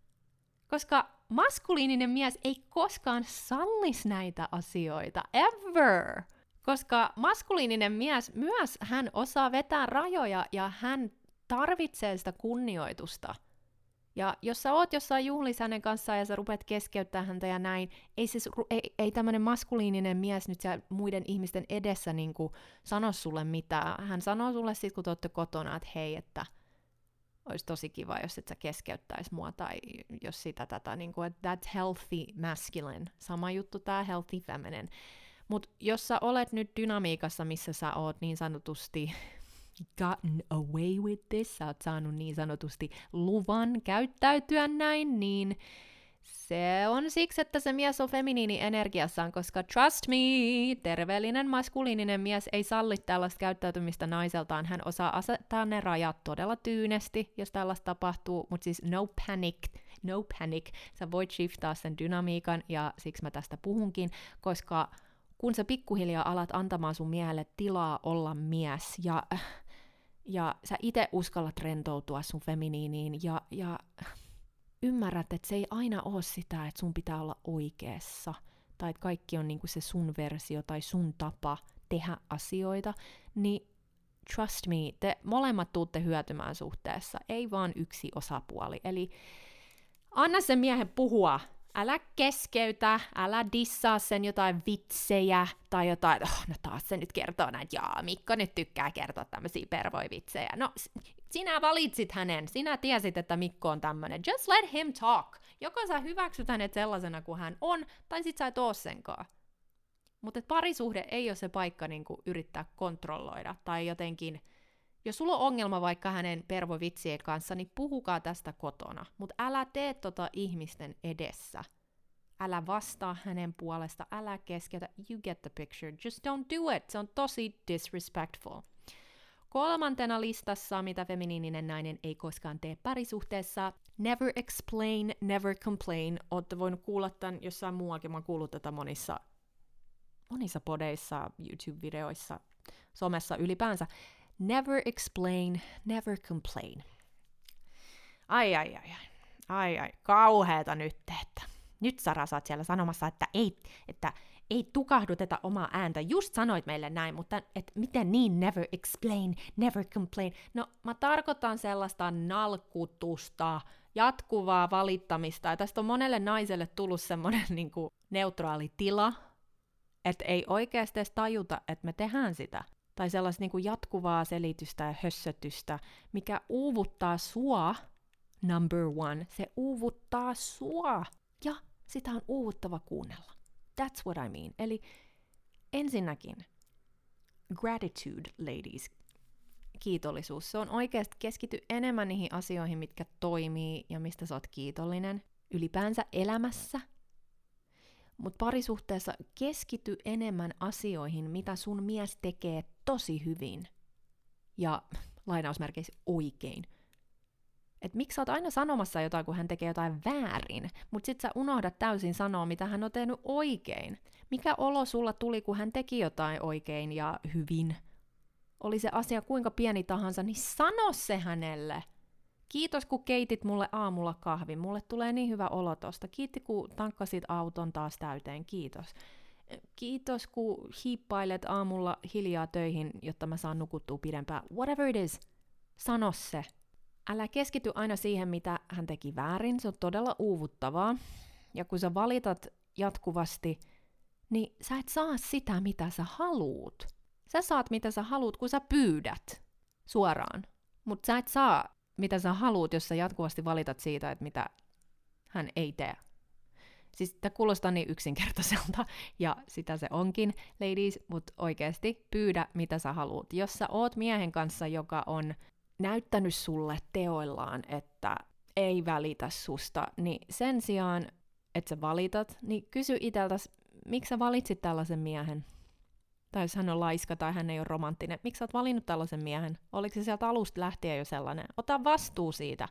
Koska maskuliininen mies ei koskaan sallis näitä asioita, ever. Koska maskuliininen mies myös, hän osaa vetää rajoja ja hän tarvitsee sitä kunnioitusta. Ja jos sä oot jossain juhlissa hänen kanssaan ja sä rupeat keskeyttää häntä ja näin, ei, siis, ei, ei tämmönen maskuliininen mies nyt siellä muiden ihmisten edessä niinku sano sulle mitään. Hän sanoo sulle sit, kun te ootte kotona, että hei, että olisi tosi kiva, jos et sä keskeyttäis mua, tai jos sitä tätä, niinku, että that's healthy masculine. Sama juttu tää healthy feminine. Mut jos sä olet nyt dynamiikassa, missä sä oot niin sanotusti gotten away with this, sä oot saanut niin sanotusti luvan käyttäytyä näin, niin se on siksi, että se mies on feminiini energiassaan, koska trust me, terveellinen maskuliininen mies ei salli tällaista käyttäytymistä naiseltaan. Hän osaa asettaa ne rajat todella tyynesti, jos tällaista tapahtuu, mutta siis no panic, no panic. Sä voit shiftaa sen dynamiikan, ja siksi mä tästä puhunkin, koska kun sä pikkuhiljaa alat antamaan sun miehelle tilaa olla mies, ja, ja sä itse uskallat rentoutua sun feminiiniin, ja, ja ymmärrät, että se ei aina ole sitä, että sun pitää olla oikeassa, tai että kaikki on niinku se sun versio tai sun tapa tehdä asioita, niin trust me, te molemmat tuutte hyötymään suhteessa, ei vaan yksi osapuoli. Eli anna sen miehen puhua. Älä keskeytä, älä dissaa sen jotain vitsejä tai jotain, oh, no taas se nyt kertoo näin, jaa, Mikko nyt tykkää kertoa tämmöisiä pervoivitsejä. No, sinä valitsit hänen, sinä tiesit, että Mikko on tämmönen, just let him talk. Joko sä hyväksyt hänet sellaisena kuin hän on, tai sit sä et oo senkaan. Mutta parisuhde ei ole se paikka niinku yrittää kontrolloida, tai jotenkin, jos sulla on ongelma vaikka hänen pervovitsien kanssa, niin puhukaa tästä kotona. Mutta älä tee tota ihmisten edessä. Älä vastaa hänen puolesta, älä keskeytä. You get the picture. Just don't do it. Se on tosi disrespectful. Kolmantena listassa, mitä feminiininen nainen ei koskaan tee parisuhteessa, never explain, never complain. Ootte voinut kuulla tämän jossain muuakin. Mä oon kuullut tätä monissa, monissa podeissa, YouTube-videoissa, somessa ylipäänsä. Never explain, never complain. Ai, ai, ai, ai, ai, ai, kauheeta nyt, että nyt Sara sä oot siellä sanomassa, että ei, että ei tukahduteta omaa ääntä. Just sanoit meille näin, mutta et miten niin never explain, never complain? No mä tarkoitan sellaista nalkutusta, jatkuvaa valittamista, ja tästä on monelle naiselle tullut semmoinen niin kuin neutraali tila, että ei oikeasti edes tajuta, että me tehdään sitä. Tai sellaista niin kuin jatkuvaa selitystä ja hössötystä, mikä uuvuttaa sua, number one, se uuvuttaa sua, ja sitä on uuvuttava kuunnella. That's what I mean. Eli ensinnäkin, gratitude, ladies, kiitollisuus. Se on oikeasti keskity enemmän niihin asioihin, mitkä toimii ja mistä sä oot kiitollinen ylipäänsä elämässä. Mutta parisuhteessa keskity enemmän asioihin, mitä sun mies tekee tosi hyvin. Ja lainausmerkeissä oikein. Et miksi sä oot aina sanomassa jotain, kun hän tekee jotain väärin, mutta sit sä unohdat täysin sanoa, mitä hän on tehnyt oikein. Mikä olo sulla tuli, kun hän teki jotain oikein ja hyvin? Oli se asia kuinka pieni tahansa, niin sano se hänelle. Kiitos, kun keitit mulle aamulla kahvin. Mulle tulee niin hyvä olo tosta. Kiitti, kun tankkasit auton taas täyteen. Kiitos. Kiitos, kun hiippailet aamulla hiljaa töihin, jotta mä saan nukuttua pidempään. Whatever it is, sano se. Älä keskity aina siihen, mitä hän teki väärin. Se on todella uuvuttavaa. Ja kun sä valitat jatkuvasti, niin sä et saa sitä, mitä sä haluut. Sä saat, mitä sä haluut, kun sä pyydät suoraan. Mutta sä et saa, mitä sä haluut, jos sä jatkuvasti valitat siitä, että mitä hän ei tee. Siis tämä kuulostaa niin yksinkertaiselta, ja sitä se onkin, ladies, mutta oikeasti pyydä, mitä sä haluut. Jos sä oot miehen kanssa, joka on näyttänyt sulle teoillaan, että ei välitä susta, niin sen sijaan, että sä valitat, niin kysy itseltäsi, miksi sä valitsit tällaisen miehen? Tai jos hän on laiska tai hän ei ole romanttinen, miksi sä oot valinnut tällaisen miehen? Oliko se sieltä alusta lähtien jo sellainen? Ota vastuu siitä.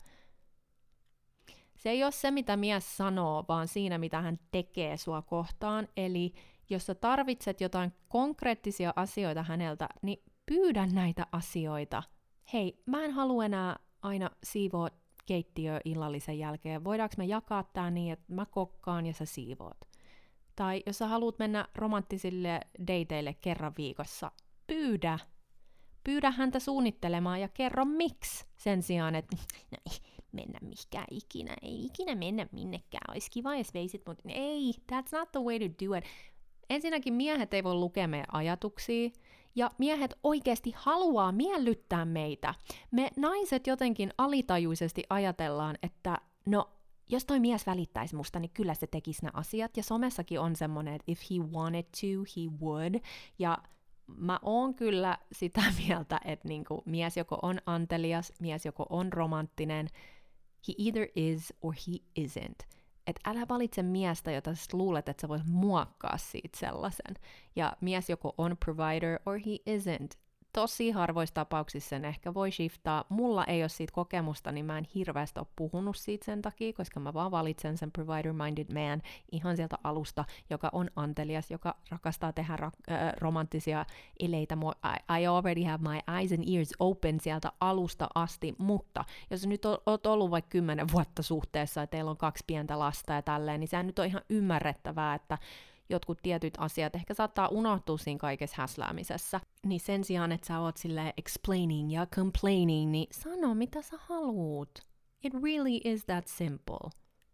Se ei ole se, mitä mies sanoo, vaan siinä, mitä hän tekee sua kohtaan. Eli jos sä tarvitset jotain konkreettisia asioita häneltä, niin pyydä näitä asioita. Hei, mä en halua enää aina siivoa keittiöä illallisen jälkeen. Voidaanko me jakaa tää niin, että mä kokkaan ja sä siivoot? Tai jos sä haluat mennä romanttisille dateille kerran viikossa, pyydä. Pyydä häntä suunnittelemaan ja kerro miksi sen sijaan, että no ei mennä mihinkään ikinä, ei ikinä mennä minnekään, olisi kiva jos veisit, mutta ei, that's not the way to do it. Ensinnäkin miehet ei voi lukea meidän ajatuksia, ja miehet oikeasti haluaa miellyttää meitä. Me naiset jotenkin alitajuisesti ajatellaan, että no, jos toi mies välittäisi musta, niin kyllä se tekisi nämä asiat. Ja somessakin on semmoinen, että if he wanted to, he would. Ja mä oon kyllä sitä mieltä, että niinku mies joko on antelias, mies joko on romanttinen, he either is or he isn't. Että älä valitse miestä, jota sä luulet, että sä voit muokkaa siitä sellaisen. Ja mies joko on provider or he isn't. Tosi harvoissa tapauksissa sen ehkä voi shiftaa. Mulla ei ole siitä kokemusta, niin mä en hirveästi ole puhunut siitä sen takia, koska mä vaan valitsen sen provider-minded man ihan sieltä alusta, joka on antelias, joka rakastaa tehdä ra- äh, romanttisia eleitä. I, I already have my eyes and ears open sieltä alusta asti, mutta jos nyt oot ollut vaikka kymmenen vuotta suhteessa ja teillä on kaksi pientä lasta ja tälleen, niin sehän nyt on ihan ymmärrettävää, että jotkut tietyt asiat ehkä saattaa unohtua siinä kaikessa häsläämisessä. Niin sen sijaan, että sä oot silleen explaining ja complaining, niin sano mitä sä haluut. It really is that simple.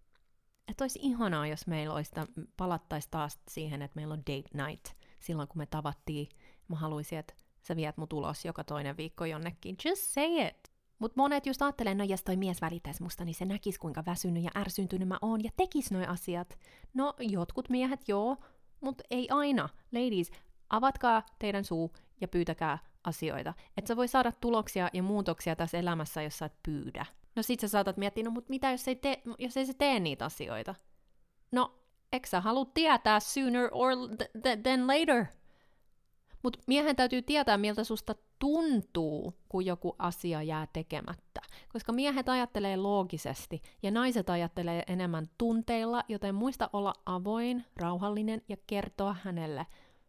Että olisi ihanaa, jos meillä olisi, palattaisiin taas siihen, että meillä on date night. Silloin kun me tavattiin, mä haluaisin, että sä viet mut ulos joka toinen viikko jonnekin. Just say it. Mutta monet just ajattelee, no jos toi mies välittäisi musta, niin se näkisi kuinka väsynyt ja ärsyntynyt mä oon ja tekis noi asiat. No jotkut miehet joo, mutta ei aina. Ladies, avatkaa teidän suu ja pyytäkää asioita. Et sä voi saada tuloksia ja muutoksia tässä elämässä, jos sä et pyydä. No sit sä saatat miettiä, no mut mitä jos ei, te- jos ei se tee niitä asioita? No, eikö sä halua tietää sooner or th- th- than later? Mutta miehen täytyy tietää, miltä susta tuntuu, kun joku asia jää tekemättä. Koska miehet ajattelee loogisesti ja naiset ajattelee enemmän tunteilla, joten muista olla avoin, rauhallinen ja kertoa hänelle.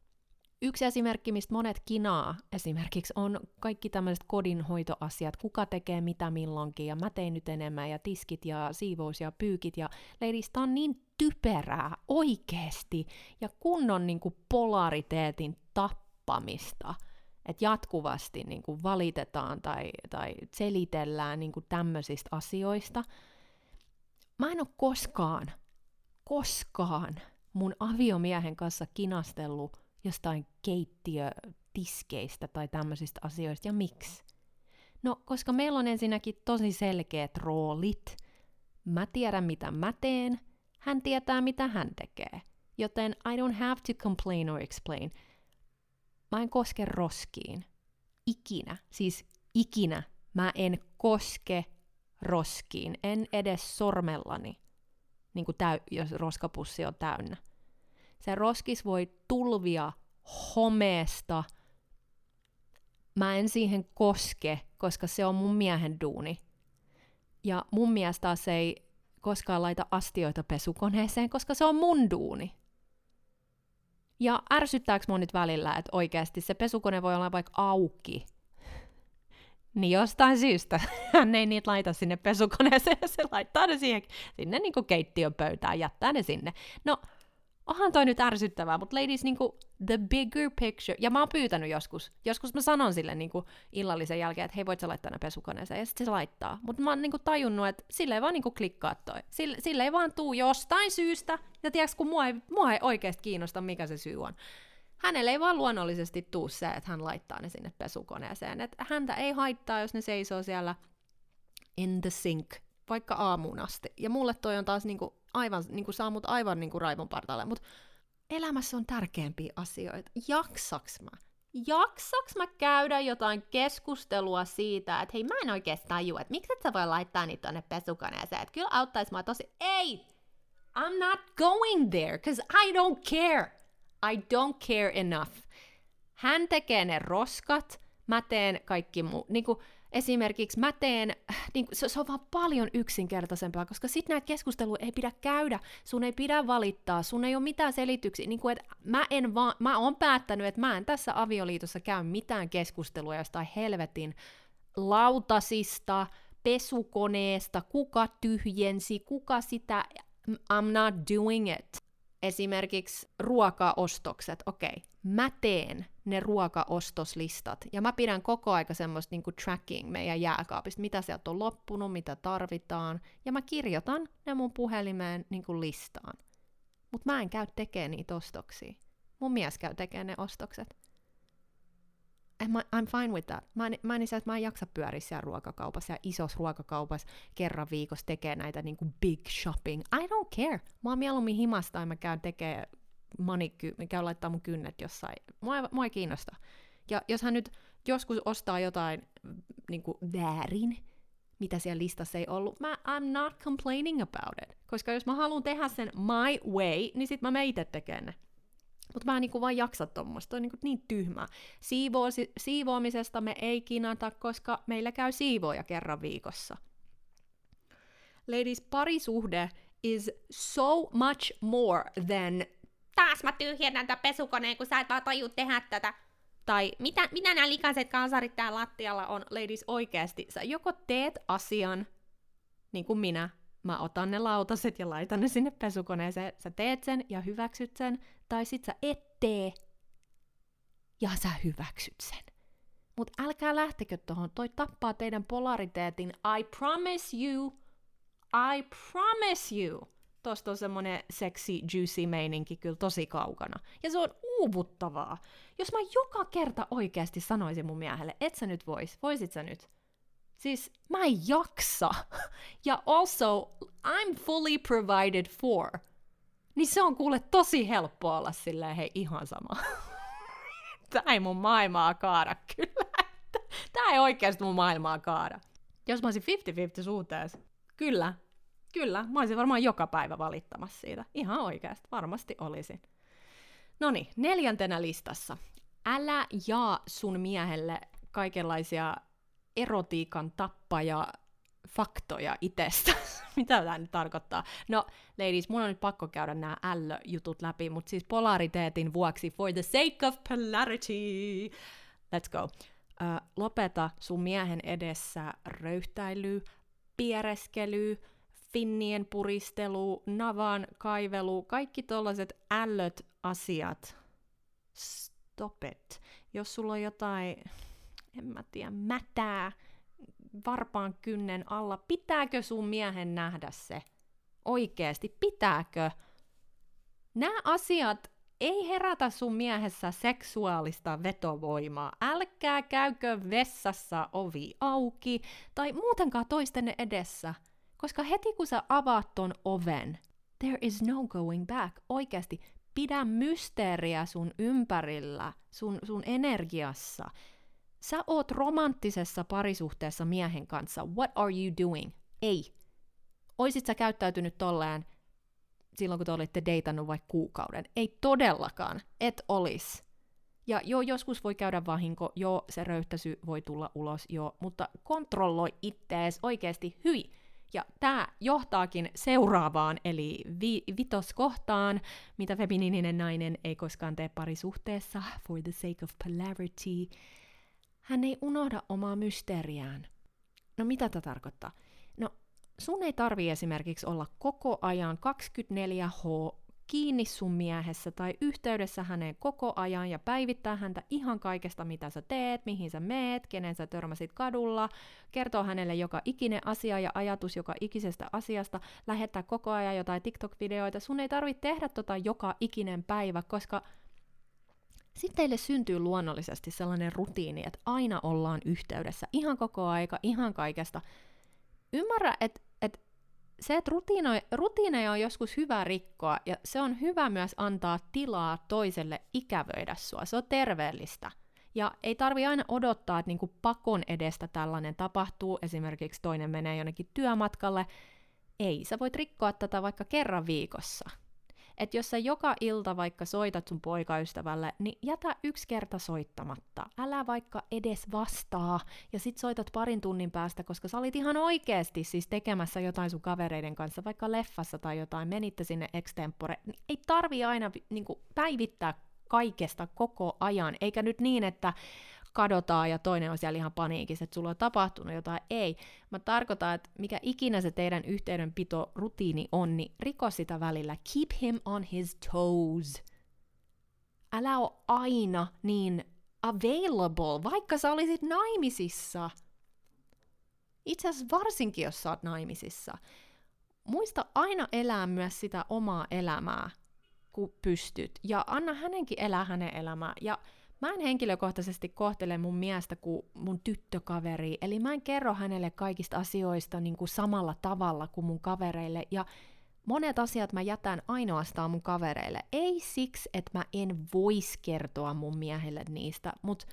Yksi esimerkki, mistä monet kinaa esimerkiksi on kaikki tämmöiset kodinhoitoasiat, kuka tekee mitä milloinkin ja mä tein nyt enemmän ja tiskit ja siivous ja pyykit ja ladies, tää on niin typerää oikeesti ja kunnon niinku polariteetin tappamista, että jatkuvasti niinku valitetaan tai, tai selitellään niinku tämmöisistä asioista. Mä en oo koskaan, koskaan mun aviomiehen kanssa kinastellut jostain keittiötiskeistä tai tämmöisistä asioista. Ja miksi? No, koska meillä on ensinnäkin tosi selkeät roolit. Mä tiedän, mitä mä teen. Hän tietää, mitä hän tekee. Joten I don't have to complain or explain. mä en koske roskiin. Ikinä. Siis ikinä mä en koske roskiin. En edes sormellani, niin kuin täy- jos roskapussi on täynnä. Se roskis voi tulvia homeesta. Mä en siihen koske, koska se on mun miehen duuni. Ja mun mies taas ei koskaan laita astioita pesukoneeseen, koska se on mun duuni. Ja ärsyttääkö mun nyt välillä, että oikeasti se pesukone voi olla vaikka auki. Niin jostain syystä hän ei niitä laita sinne pesukoneeseen, ja se laittaa ne siihen, sinne niin kuin keittiön pöytään, jättää ne sinne. No, onhan toi nyt ärsyttävää, mutta ladies, niin kuin the bigger picture, ja mä oon pyytänyt joskus, joskus mä sanon sille niin kuin illallisen jälkeen, että hei, voit sä laittaa ne pesukoneeseen, ja sitten se laittaa. Mutta mä oon niin kuin tajunnut, että sille ei vaan niin kuin klikkaa toi. Sille, sille ei vaan tuu jostain syystä, ja tiedätkö, kun mua ei, mua ei oikeasti kiinnosta, mikä se syy on. Hänelle ei vaan luonnollisesti tuu se, että hän laittaa ne sinne pesukoneeseen. Et häntä ei haittaa, jos ne seisoo siellä in the sink, vaikka aamuun asti. Ja mulle toi on taas niinku aivan, niinku saa mut aivan niinku raivon partaalle. Mutta elämässä on tärkeämpiä asioita. Jaksaks mä? Jaksaks mä käydä jotain keskustelua siitä, että hei, mä en oikeesti tajua, että miksi et sä voi laittaa niitä tonne pesukoneeseen. Että kyllä auttais mua tosi... Ei! I'm not going there, cause I don't care. I don't care enough. Hän tekee ne roskat, mä teen kaikki muu. Niin kuin esimerkiksi mä teen, niin kuin, se, se on vaan paljon yksinkertaisempaa, koska sit näitä keskusteluja ei pidä käydä, sun ei pidä valittaa, sun ei ole mitään selityksiä. Niin kuin, että mä, en vaan, mä oon päättänyt, että mä en tässä avioliitossa käy mitään keskustelua jostain helvetin lautasista, pesukoneesta, kuka tyhjensi, kuka sitä, I'm not doing it. Esimerkiksi ruokaostokset, okei, okay. Mä teen ne ruokaostoslistat, ja mä pidän koko aika semmoista niinku tracking meidän jääkaapista, mitä sieltä on loppunut, mitä tarvitaan, ja mä kirjoitan ne mun puhelimeen niinku listaan. Mut mä en käy tekemään niitä ostoksia. Mun mies käy tekemään ne ostokset. And I'm fine with that. Mä en, mä en, mä en jaksa pyöriä siellä ruokakaupassa ja isossa ruokakaupassa kerran viikossa tekee näitä niinku big shopping. I don't care. Mä oon mieluummin himasta ja mä käyn tekee maniky, mä käyn laittaa mun kynnet jossain. Mua ei, mua ei kiinnosta. Ja jos hän nyt joskus ostaa jotain niinku väärin, mitä siellä listassa ei ollut, mä I'm not complaining about it. Koska jos mä haluan tehdä sen my way, niin sit mä menen itse tekemään ne. Mutta mä en niinku vaan jaksa tommoista, toi on niinku niin tyhmää. Siivoosi, siivoamisesta me ei kinata, koska meillä käy siivooja kerran viikossa. Ladies, parisuhde is so much more than taas mä tyhjennän tämän pesukoneen, kun sä et vaan taju tehdä tätä. Tai mitä, mitä nämä likaiset kansarit täällä lattialla on, ladies, oikeasti. Sä joko teet asian, niin kuin minä, mä otan ne lautaset ja laitan ne sinne pesukoneeseen, sä teet sen ja hyväksyt sen, tai sit sä et tee ja sä hyväksyt sen. Mut älkää lähtekö tohon, toi tappaa teidän polariteetin. I promise you, I promise you. Tosta on semmonen sexy, juicy meininki kyllä tosi kaukana. Ja se on uuvuttavaa. Jos mä joka kerta oikeasti sanoisin mun miehelle, et sä nyt vois, voisit sä nyt? Siis mä en jaksa. Ja also, I'm fully provided for. Niin se on kuule tosi helppo olla silleen, hei ihan sama. Tää ei mun maailmaa kaada kyllä. Tää ei oikeasti mun maailmaa kaada. Jos mä olisin viisikymmentä viisikymmentä suhteessa, kyllä, kyllä, mä olisin varmaan joka päivä valittamassa siitä. Ihan oikeasti, varmasti olisin. Noniin, neljäntenä listassa. Älä jaa sun miehelle kaikenlaisia erotiikan tappaja faktoja itsestä. Mitä tämä nyt tarkoittaa? No, ladies, mun on nyt pakko käydä nämä ällö-jutut läpi, mutta siis polariteetin vuoksi, for the sake of polarity, let's go. Uh, lopeta sun miehen edessä röyhtäily, piereskely, finnien puristelu, navan kaivelu, kaikki tollaiset ällöt asiat. Stop it. Jos sulla on jotain, en mä tiedä, mätää, varpaan kynnen alla, pitääkö sun miehen nähdä se? Oikeesti, pitääkö? Nämä asiat ei herätä sun miehessä seksuaalista vetovoimaa. Älkää käykö vessassa ovi auki tai muutenkaan toistenne edessä, koska heti kun sä avaat ton oven, there is no going back. Oikeasti, pidä mysteeriä sun ympärillä, sun, sun energiassa. Sä oot romanttisessa parisuhteessa miehen kanssa. What are you doing? Ei. Oisit sä käyttäytynyt tolleen silloin, kun te olitte deitannut vaikka kuukauden? Ei todellakaan. Et olis. Ja joo, joskus voi käydä vahinko, joo, se röyhtäisy voi tulla ulos, joo, mutta kontrolloi ittees oikeasti hyi. Ja tämä johtaakin seuraavaan, eli vi- vitoskohtaan, mitä feminiininen nainen ei koskaan tee parisuhteessa, for the sake of polarity. Hän ei unohda omaa mysteeriään. No mitä tämä tarkoittaa? No sun ei tarvii esimerkiksi olla koko ajan kaksikymmentäneljä tuntia kiinni sun miehessä tai yhteydessä häneen koko ajan ja päivittää häntä ihan kaikesta, mitä sä teet, mihin sä meet, kenen sä törmäsit kadulla, kertoo hänelle joka ikinen asia ja ajatus joka ikisestä asiasta, lähettää koko ajan jotain TikTok-videoita. Sun ei tarvitse tehdä tota joka ikinen päivä, koska sitten teille syntyy luonnollisesti sellainen rutiini, että aina ollaan yhteydessä ihan koko aika, ihan kaikesta. Ymmärrä, että et se, että rutiino- rutiineja on joskus hyvä rikkoa, ja se on hyvä myös antaa tilaa toiselle ikävöidä sua. Se on terveellistä. Ja ei tarvi aina odottaa, että niinku pakon edestä tällainen tapahtuu, esimerkiksi toinen menee jonnekin työmatkalle. Ei, sä voit rikkoa tätä vaikka kerran viikossa. Että jos sä joka ilta vaikka soitat sun poikaystävälle, niin jätä yksi kerta soittamatta. Älä vaikka edes vastaa ja sit soitat parin tunnin päästä, koska sä olit ihan oikeesti siis tekemässä jotain sun kavereiden kanssa, vaikka leffassa tai jotain, menitte sinne extempore. Ei tarvi aina niin kuin päivittää kaikesta koko ajan, eikä nyt niin, että kadotaan ja toinen on siellä ihan paniikissa, että sulla on tapahtunut jotain. Ei. Mä tarkoitan, että mikä ikinä se teidän yhteydenpito rutiini on, niin riko sitä välillä. Keep him on his toes. Älä ole aina niin available, vaikka sä olisit naimisissa. Itse asiassa varsinkin, jos sä oot naimisissa. Muista aina elää myös sitä omaa elämää, kun pystyt. Ja anna hänenkin elää hänen elämää. Ja mä en henkilökohtaisesti kohtele mun miestä kuin mun tyttökaveri, eli mä en kerro hänelle kaikista asioista niin kuin samalla tavalla kuin mun kavereille, ja monet asiat mä jätän ainoastaan mun kavereille. Ei siksi, että mä en vois kertoa mun miehelle niistä, mutta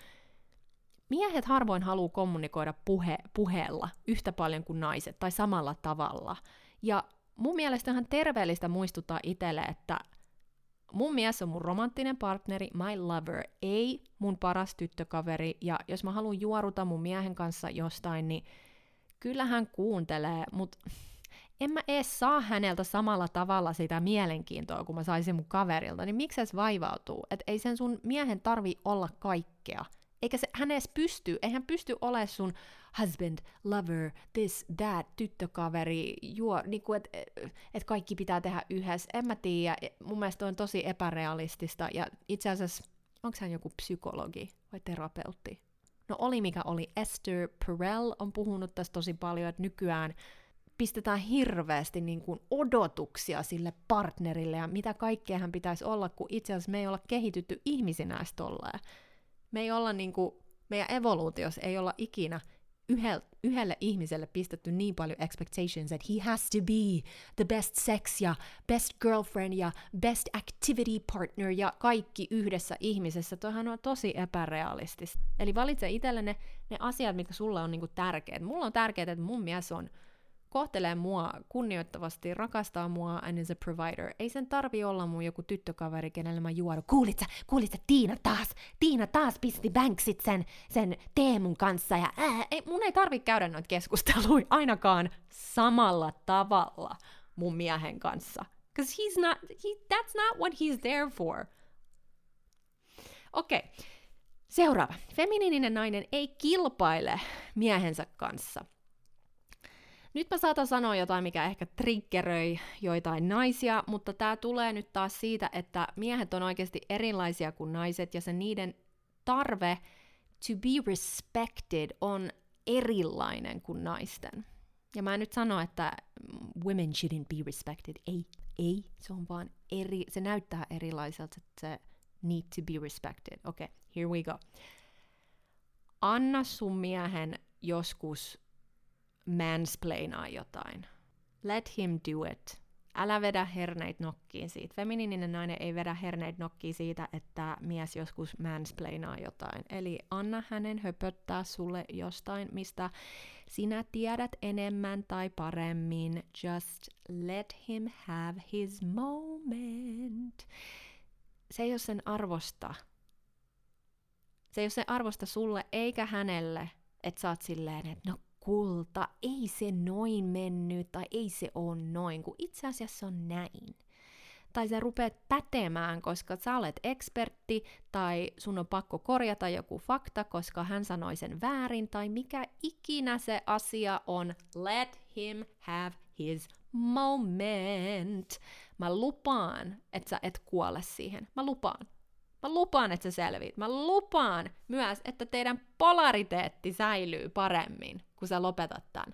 miehet harvoin haluaa kommunikoida puhe, puheella yhtä paljon kuin naiset, tai samalla tavalla. Ja mun mielestä on ihan terveellistä muistuttaa itselle, että mun mies on mun romanttinen partneri, my lover, ei mun paras tyttökaveri, ja jos mä haluan juoruta mun miehen kanssa jostain, niin kyllä hän kuuntelee, mutta en mä ees saa häneltä samalla tavalla sitä mielenkiintoa, kun mä saisin mun kaverilta, niin miksi se vaivautuu? Et ei sen sun miehen tarvi olla kaikkea. Eikä se, hän edes pysty, eihän pysty olemaan sun husband, lover, this, that, tyttökaveri, juo, niinku että et kaikki pitää tehdä yhdessä. En mä tiedä, mun mielestä on tosi epärealistista, ja itse asiassa, onko hän joku psykologi vai terapeutti? No oli mikä oli, Esther Perel on puhunut tästä tosi paljon, että nykyään pistetään hirveästi niin kuin odotuksia sille partnerille, ja mitä kaikkea hän pitäisi olla, kun itse asiassa me ei olla kehitytty ihmisinä edes tolleen. Me ei olla niinku, meidän evoluutiossa ei olla ikinä yhdelle, yhdelle ihmiselle pistetty niin paljon expectations, että he has to be the best sex ja best girlfriend ja best activity partner ja kaikki yhdessä ihmisessä. Toihan on tosi epärealistista. Eli valitse itselle ne, ne asiat, mitkä sulle on niinku tärkeät. Mulla on tärkeää, että mun mies on kohtelee mua kunnioittavasti, rakastaa mua and is a provider. Ei sen tarvi olla mun joku tyttökaveri, kenelle mä juodu. Kuulit sä, kuulit sä, Tiina taas, Tiina taas pisti Banksit sen, sen Teemun kanssa. Ja ää, ei, mun ei tarvi käydä noita keskusteluja ainakaan samalla tavalla mun miehen kanssa. Because he's not, he, that's not what he's there for. Okei, okay. Seuraava. Feminiininen nainen ei kilpaile miehensä kanssa. Nyt mä saatan sanoa jotain, mikä ehkä triggeröi joitain naisia, mutta tää tulee nyt taas siitä, että miehet on oikeasti erilaisia kuin naiset, ja se niiden tarve to be respected on erilainen kuin naisten. Ja mä en nyt sano, että women shouldn't be respected. Ei, ei, se on vaan eri, se näyttää erilaiselta, että se need to be respected. Okei, okay, here we go. Anna sun miehen joskus mansplainaa jotain. Let him do it. älä vedä herneitä nokkiin siitä. Feminiininen nainen ei vedä herneitä nokkiin siitä, että mies joskus mansplainaa jotain. Eli anna hänen höpöttää sulle jostain, mistä sinä tiedät enemmän tai paremmin. Just let him have his moment. Se ei ole sen arvosta. Se ei ole sen arvosta sulle eikä hänelle, että sä oot silleen, että no kulta, ei se noin mennyt, tai ei se ole noin, kun itse asiassa on näin. Tai sä rupeat pätemään, koska sä olet ekspertti, tai sun on pakko korjata joku fakta, koska hän sanoi sen väärin, tai mikä ikinä se asia on. Let him have his moment. Mä lupaan, että sä et kuole siihen. Mä lupaan. Mä lupaan, että sä selviit. Mä lupaan myös, että teidän polariteetti säilyy paremmin, kun sä lopetat tämän.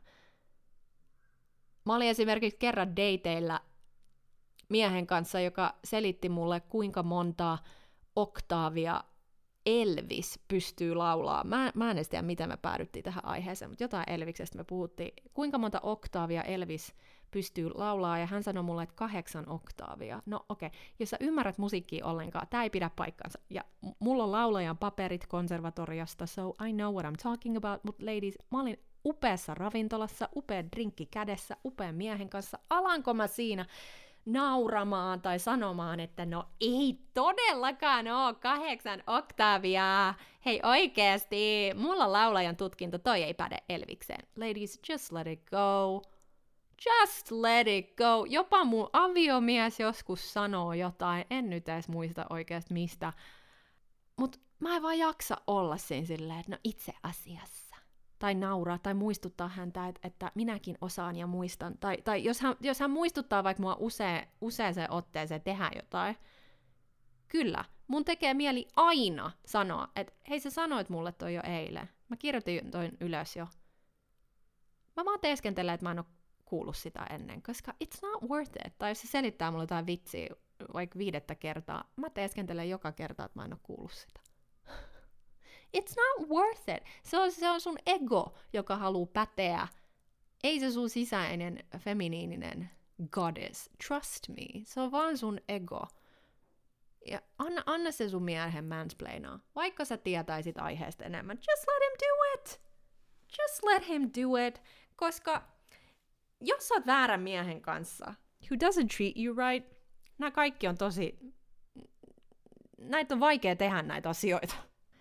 Mä olin esimerkiksi kerran dateilla miehen kanssa, joka selitti mulle, kuinka monta oktaavia Elvis pystyy laulaa. Mä, mä en edes tiedä, miten me päädyttiin tähän aiheeseen, mutta jotain Elviksestä me puhuttiin. Kuinka monta oktaavia Elvis pystyy laulaa, ja hän sanoi mulle, että kahdeksan oktaavia. No okei, okay. Jos sä ymmärrät musiikkia ollenkaan, tää ei pidä paikkansa. Ja m- mulla on laulajan paperit konservatoriosta, so I know what I'm talking about, mutta ladies, mä olin upeassa ravintolassa, upea drinkki kädessä, upean miehen kanssa. Alanko mä siinä nauramaan tai sanomaan, että no ei todellakaan oo kahdeksan oktaavia. Hei oikeesti, mulla on laulajan tutkinto, toi ei päde Elvikseen. Ladies, just let it go. Just let it go. Jopa mun aviomies joskus sanoo jotain, en nyt edes muista oikeasti mistä. Mut mä en vaan jaksa olla siinä silleen, että no itse asiassa. Tai nauraa, tai muistuttaa häntä, että, että minäkin osaan ja muistan. Tai, tai jos, hän, jos hän muistuttaa vaikka mua usea, useaseen otteeseen tehdä jotain, kyllä, mun tekee mieli aina sanoa, että hei sä sanoit mulle toi jo eilen. Mä kirjoitin toin ylös jo. Mä vaan teeskentelen, että mä en oo kuullut sitä ennen, koska it's not worth it. Tai jos se selittää mulle jotain vitsiä vaikka viidettä kertaa, mä teeskentelen joka kerta, että mä en oo kuullut sitä. It's not worth it. Se on, se on sun ego, joka haluaa päteä. Ei se sun sisäinen feminiininen goddess. Trust me. Se on vaan sun ego. Ja anna, anna se sun miehen mansplainaa. Vaikka sä tietäisit aiheesta enemmän. Just let him do it. Just let him do it. Koska jos sä oot väärän miehen kanssa, who doesn't treat you right, nämä kaikki on tosi... Näitä on vaikea tehdä näitä asioita.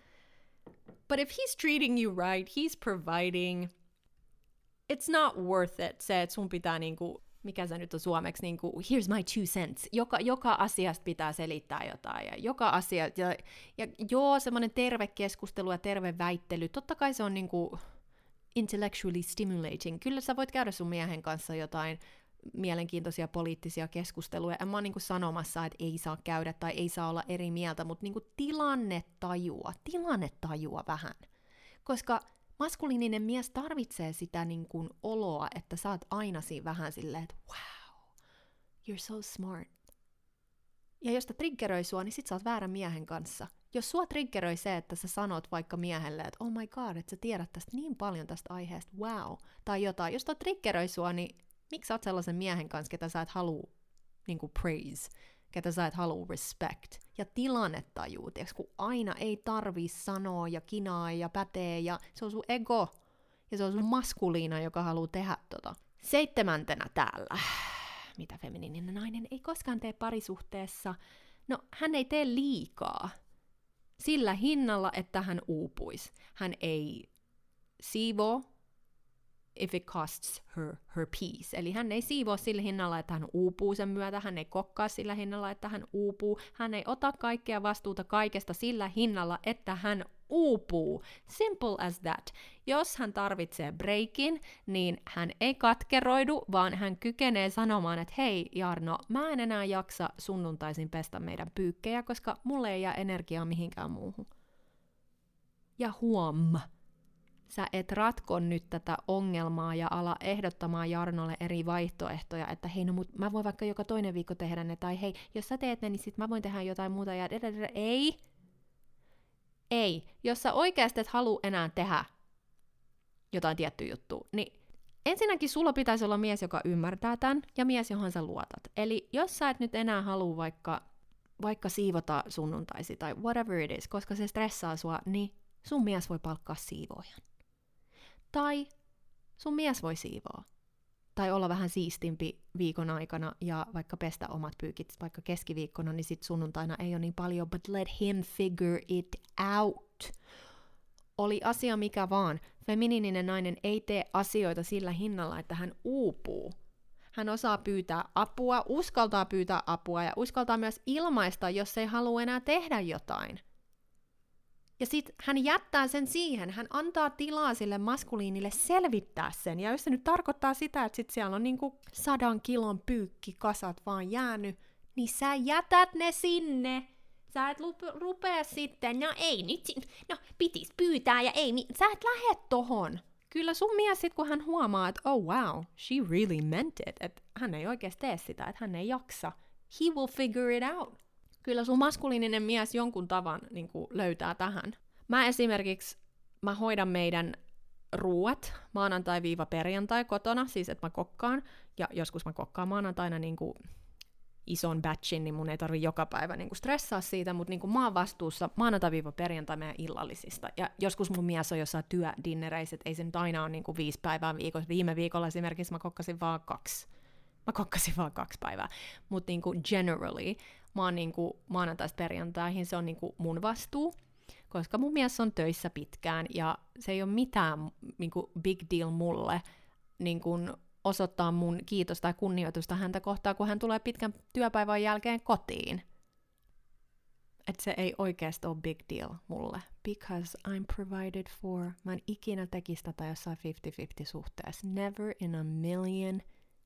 But if he's treating you right, he's providing, it's not worth it. Se, että sun pitää niinku, mikä se nyt on suomeksi, niinku, here's my two cents. Joka, joka asiasta pitää selittää jotain. Ja joka asia, ja, ja joo, semmoinen terve keskustelu ja terve väittely, totta kai se on niinku intellectually stimulating. Kyllä sä voit käydä sun miehen kanssa jotain mielenkiintoisia poliittisia keskusteluja. En mä oon niinku sanomassa, että ei saa käydä tai ei saa olla eri mieltä, mutta niinku tilannetajua, tilannetajua vähän. Koska maskuliininen mies tarvitsee sitä niinku oloa, että sä oot aina siinä vähän silleen, että wow, you're so smart. Ja jos tää triggeröi sua, niin sit sä oot väärän miehen kanssa. Jos sua triggeröi se, että sä sanot vaikka miehelle, että oh my god, että sä tiedät tästä niin paljon tästä aiheesta, wow, tai jotain. Jos tää triggeröi sua, niin miksi sä oot sellaisen miehen kanssa, ketä sä et halua niinku praise, ketä sä et halua respect. Ja tilannetajuu, tiiäks, kun aina ei tarvii sanoa ja kinaa ja pätee, ja se on sun ego, ja se on sun maskuliina, joka haluaa tehdä tota. Seitsemäntenä täällä, mitä feminiininen nainen ei koskaan tee parisuhteessa, no hän ei tee liikaa. Sillä hinnalla, että hän uupuisi. Hän ei siivoo, if it costs her, her peace. Eli hän ei siivoo sillä hinnalla, että hän uupuu sen myötä, hän ei kokkaa sillä hinnalla, että hän uupuu, hän ei ota kaikkea vastuuta kaikesta sillä hinnalla, että hän uupuu. Simple as that. Jos hän tarvitsee breakin, niin hän ei katkeroidu, vaan hän kykenee sanomaan, että hei Jarno, mä en enää jaksa sunnuntaisin pestä meidän pyykkejä, koska mulle ei jää energiaa mihinkään muuhun. Ja huom! Sä et ratko nyt tätä ongelmaa ja ala ehdottamaan Jarnolle eri vaihtoehtoja, että hei, no mut mä voin vaikka joka toinen viikko tehdä ne, tai hei, jos sä teet ne, niin sit mä voin tehdä jotain muuta, ja dededede. Ei. Ei. Jos sä oikeasti et halua enää tehdä jotain tiettyä juttua, niin ensinnäkin sulla pitäisi olla mies, joka ymmärtää tämän, ja mies, johon sä luotat. Eli jos sä et nyt enää halua vaikka, vaikka siivota sunnuntaisi tai whatever it is, koska se stressaa sua, niin sun mies voi palkkaa siivoojan. Tai sun mies voi siivoa. Tai olla vähän siistimpi viikon aikana ja vaikka pestä omat pyykit vaikka keskiviikkona, niin sit sunnuntaina ei ole niin paljon, but let him figure it out. Oli asia mikä vaan. Feminiininen nainen ei tee asioita sillä hinnalla, että hän uupuu. Hän osaa pyytää apua, uskaltaa pyytää apua ja uskaltaa myös ilmaista, jos ei halua enää tehdä jotain. Ja sit hän jättää sen siihen, hän antaa tilaa sille maskuliinille selvittää sen. Ja jos se nyt tarkoittaa sitä, että sit siellä on niinku sadan kilon pyykkikasat vaan jäänyt, niin sä jätät ne sinne. Sä et lup- rupea sitten, no ei nyt, no pitis pyytää ja ei, sä et lähde tohon. Kyllä sun mies sit, kun hän huomaa, että oh wow, she really meant it, että hän ei oikeasti tee sitä, että hän ei jaksa. He will figure it out. Kyllä sun maskuliininen mies jonkun tavan niin kuin löytää tähän. Mä esimerkiksi, mä hoidan meidän ruuat maanantai-perjantai kotona, siis että mä kokkaan, ja joskus mä kokkaan maanantaina niin kuin ison batchin, niin mun ei tarvi joka päivä niin kuin stressaa siitä, mutta niin kuin mä oon vastuussa maanantai-perjantai meidän illallisista. Ja joskus mun mies on jossain työdinnereissä, että ei se nyt aina ole niin kuin viisi päivää viikossa. Viime viikolla esimerkiksi mä kokkasin vaan kaksi. Mä kokkasin vaan kaksi päivää. Mutta niin kuin generally, mä oon niin kuin maanantaista perjantaihin, se on niin kuin mun vastuu, koska mun mies on töissä pitkään, ja se ei ole mitään niin kuin big deal mulle, niin kuin osoittaa mun kiitosta tai kunnioitusta häntä kohtaan, kun hän tulee pitkän työpäivän jälkeen kotiin. Että se ei oikeasti ole big deal mulle. Because I'm provided for. Mä en ikinä tekisi tätä jossain fifty-fifty suhteessa. Never in a million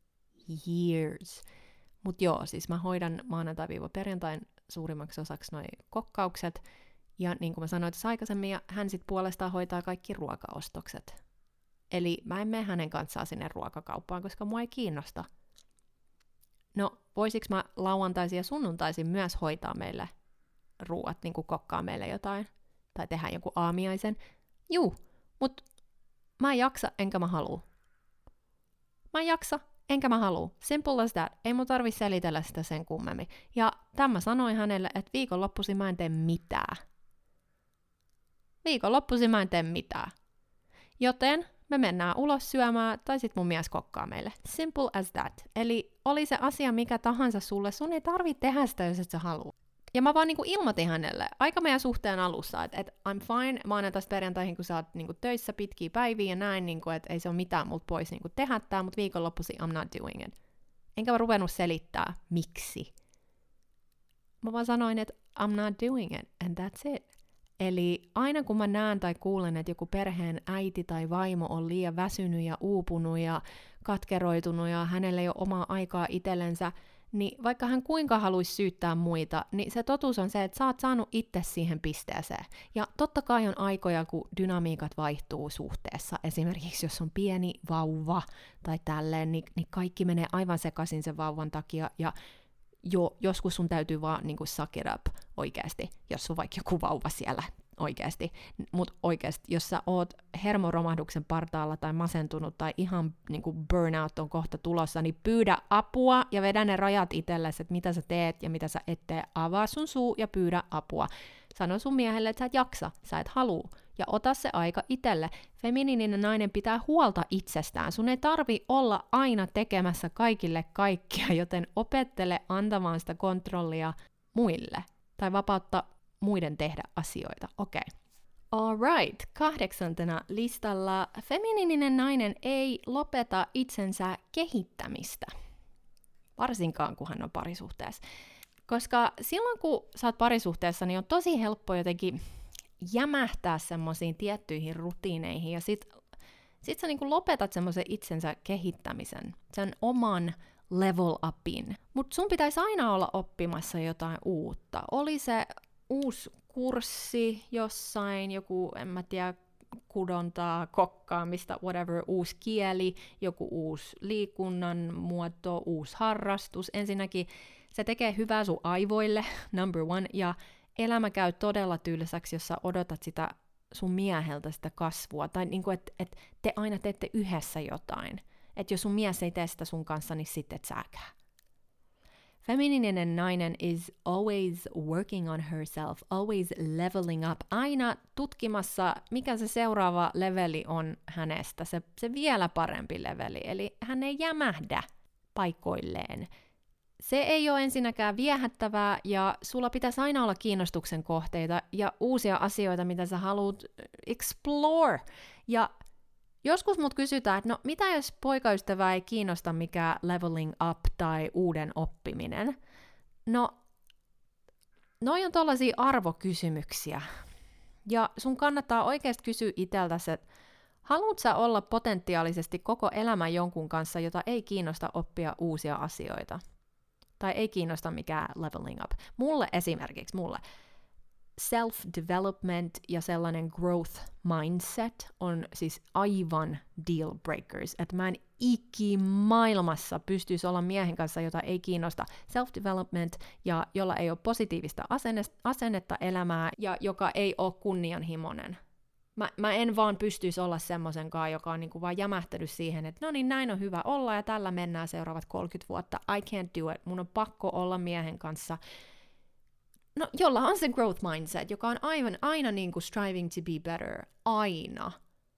years. Mut joo, siis mä hoidan maanantai-perjantain suurimmaksi osaksi noi kokkaukset. Ja niin kuin mä sanoin tässä aikaisemmin, ja hän sit puolestaan hoitaa kaikki ruokaostokset. Eli mä en mene hänen kanssaan sinne ruokakauppaan, koska mua ei kiinnosta. No, voisiks mä lauantaisin ja sunnuntaisin myös hoitaa meille ruuat, niin kuin kokkaa meille jotain, tai tehdä joku aamiaisen? Juu, mut mä en jaksa, enkä mä haluu. Mä en jaksa, enkä mä haluu. Simple as that. Ei mun tarvi selitellä sitä sen kummemmin. Ja tämä mä sanoin hänelle, että viikonloppuisin mä en tee mitään. Viikonloppuisin mä en tee mitään. Joten me mennään ulos syömään, tai sit mun mies kokkaa meille. Simple as that. Eli oli se asia mikä tahansa sulle, sun ei tarvitse tehdä sitä, jos et sä halua. Ja mä vaan niinku ilmoitin hänelle aika meidän suhteen alussa, että et I'm fine maanantaista perjantaihin, kun sä oot niinku töissä pitkiä päiviä ja näin, niinku, että ei se ole mitään multa pois niinku tehdä tää, mutta viikonloppuisin I'm not doing it. Enkä mä ruvennut selittää, miksi. Mä vaan sanoin, että I'm not doing it, and that's it. Eli aina kun mä näen tai kuulen, että joku perheen äiti tai vaimo on liian väsynyt ja uupunut ja katkeroitunut ja hänellä ei ole omaa aikaa itsellensä, niin vaikka hän kuinka haluaisi syyttää muita, niin se totuus on se, että sä oot saanut itse siihen pisteeseen. Ja totta kai on aikoja, kun dynamiikat vaihtuu suhteessa. Esimerkiksi jos on pieni vauva tai tälleen, niin, niin kaikki menee aivan sekaisin sen vauvan takia. Ja jo, joskus sun täytyy vaan niin kuin suck it up oikeasti, jos on vaikka joku vauva siellä oikeasti. Mutta oikeasti, jos sä oot hermoromahduksen partaalla tai masentunut tai ihan niin kuin burnout on kohta tulossa, niin pyydä apua ja vedä ne rajat itsellesi, että mitä sä teet ja mitä sä et tee. Avaa sun suu ja pyydä apua. Sano sun miehelle, että sä et jaksa, sä et halua. Ja ota se aika itselle. Feminiininen nainen pitää huolta itsestään. Sun ei tarvi olla aina tekemässä kaikille kaikkia, joten opettele antamaan sitä kontrollia muille. Tai vapautta muiden tehdä asioita. Okei. Okay. Alright. Kahdeksantena listalla feminiininen nainen ei lopeta itsensä kehittämistä. Varsinkaan, kun hän on parisuhteessa. Koska silloin, kun sä oot parisuhteessa, niin on tosi helppo jotenkin jämähtää semmoisiin tiettyihin rutiineihin, ja sit, sit sä niinku lopetat semmoisen itsensä kehittämisen, sen oman level upin. Mut sun pitäisi aina olla oppimassa jotain uutta. Oli se uusi kurssi jossain, joku, en mä tiedä, kudontaa, kokkaamista, whatever, uusi kieli, joku uusi liikunnan muoto, uusi harrastus. Ensinnäkin se tekee hyvää sun aivoille, number one, ja elämä käy todella tylsäksi, jos sä odotat sitä sun mieheltä sitä kasvua, tai niinku, että et te aina teette yhdessä jotain. Että jos sun mies ei tee sitä sun kanssa, niin sitten et säkään. Feminiininen nainen is always working on herself, always leveling up, aina tutkimassa, mikä se seuraava leveli on hänestä, se, se vielä parempi leveli, eli hän ei jämähdä paikoilleen. Se ei ole ensinnäkään viehättävää, ja sulla pitäisi aina olla kiinnostuksen kohteita ja uusia asioita, mitä sä haluat explore. Ja joskus mut kysytään, että no mitä jos poikaystävää ei kiinnosta mikä leveling up tai uuden oppiminen? No, noi on tollaisia arvokysymyksiä. Ja sun kannattaa oikeasti kysyä itseltäsi, että haluat sä olla potentiaalisesti koko elämän jonkun kanssa, jota ei kiinnosta oppia uusia asioita? Tai ei kiinnosta mikään leveling up. Mulle esimerkiksi, mulle self-development ja sellainen growth mindset on siis aivan deal breakers. Että mä en ikimaailmassa pystyisi olla miehen kanssa, jota ei kiinnosta self-development ja jolla ei ole positiivista asennetta elämää ja joka ei ole kunnianhimoinen. Mä, mä en vaan pystyisi olla semmoisenkaan, joka on niinku vaan jämähtänyt siihen, että no niin, näin on hyvä olla ja tällä mennään seuraavat kolmekymmentä vuotta. I can't do it. Mun on pakko olla miehen kanssa, no, jolla on se growth mindset, joka on aivan aina niinku striving to be better. Aina.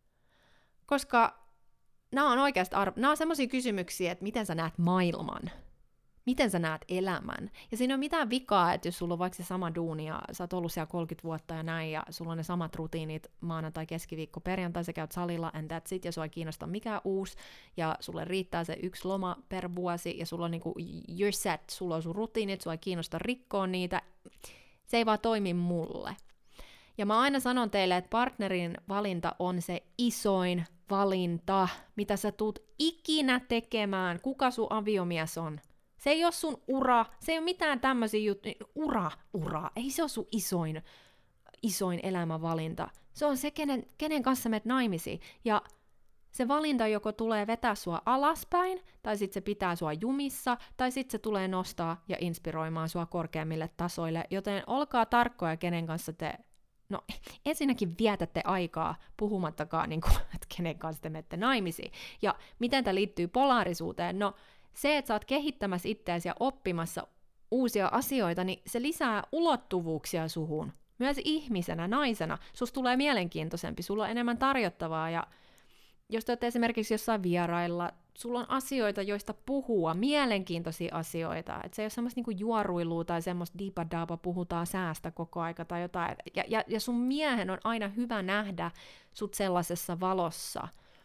Koska nämä on oikeasti arvo, nämä on semmoisia kysymyksiä, että miten sä näet maailman. Miten sä näet elämän? Ja siinä ei ole mitään vikaa, että jos sulla on vaikka se sama duuni ja sä oot ollut siellä kolmekymmentä vuotta ja näin, ja sulla on ne samat rutiinit maanantai, keskiviikko, perjantai, sä käyt salilla, and that's it, ja sua ei kiinnosta mikään uusi, ja sulle riittää se yksi loma per vuosi, ja sulla on niinku, you're set, sulla on sun rutiinit, sua ei kiinnosta rikkoa niitä, se ei vaan toimi mulle. Ja mä aina sanon teille, että partnerin valinta on se isoin valinta, mitä sä tuut ikinä tekemään, kuka sun aviomies on. Se ei ole sun ura, se ei ole mitään tämmöisiä juttuja, ura, ura, ei se ole sun isoin, isoin elämänvalinta. Se on se, kenen, kenen kanssa menet naimisiin. Ja se valinta joko tulee vetää sua alaspäin, tai sitten se pitää sua jumissa, tai sitten se tulee nostaa ja inspiroimaan sua korkeammille tasoille. Joten olkaa tarkkoja, kenen kanssa te, no ensinnäkin vietätte aikaa, puhumattakaan, niin kuin, että kenen kanssa te menette naimisiin. Ja miten tämä liittyy polaarisuuteen? No, se, että sä oot kehittämässä itseäsi ja oppimassa uusia asioita, niin se lisää ulottuvuuksia suhun. Myös ihmisenä, naisena, susta tulee mielenkiintoisempi, sulla on enemmän tarjottavaa, ja jos te olette esimerkiksi jossain vierailla, sulla on asioita, joista puhua, mielenkiintoisia asioita, että se ei ole semmoista niinku juoruilua tai semmoista diipadaapa puhutaan säästä koko aika tai jotain, ja, ja, ja sun miehen on aina hyvä nähdä sut sellaisessa valossa,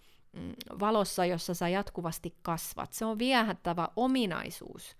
valossa, jossa sä jatkuvasti kasvat. Se on viehättävä ominaisuus.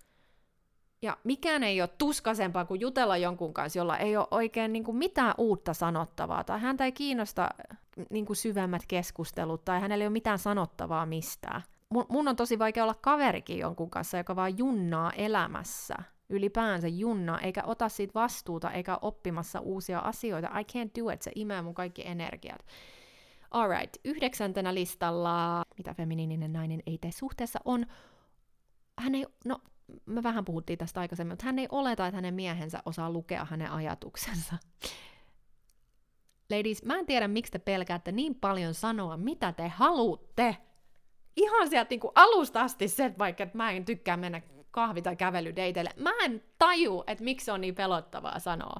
Ja mikään ei ole tuskaisempaa kuin jutella jonkun kanssa, jolla ei ole oikein niin kuin mitään uutta sanottavaa, tai häntä ei kiinnosta niin kuin syvemmät keskustelut, tai hänellä ei ole mitään sanottavaa mistään. Mun, mun on tosi vaikea olla kaverikin jonkun kanssa, joka vaan junnaa elämässä. Ylipäänsä junnaa, eikä ota siitä vastuuta, eikä oppimassa uusia asioita. I can't do it, se imee mun kaikki energiat. Alright, yhdeksäntenä listalla, mitä feminiininen nainen ei tee suhteessa, on, hän ei, no, me vähän puhuttiin tästä aikaisemmin, mutta hän ei oleta, että hänen miehensä osaa lukea hänen ajatuksensa. Ladies, mä en tiedä, miksi te pelkäätte niin paljon sanoa, mitä te haluatte. Ihan sieltä niin kuin alusta asti se, että vaikka että mä en tykkää mennä kahvi- tai kävelydeiteille. Mä en taju, että miksi se on niin pelottavaa sanoa.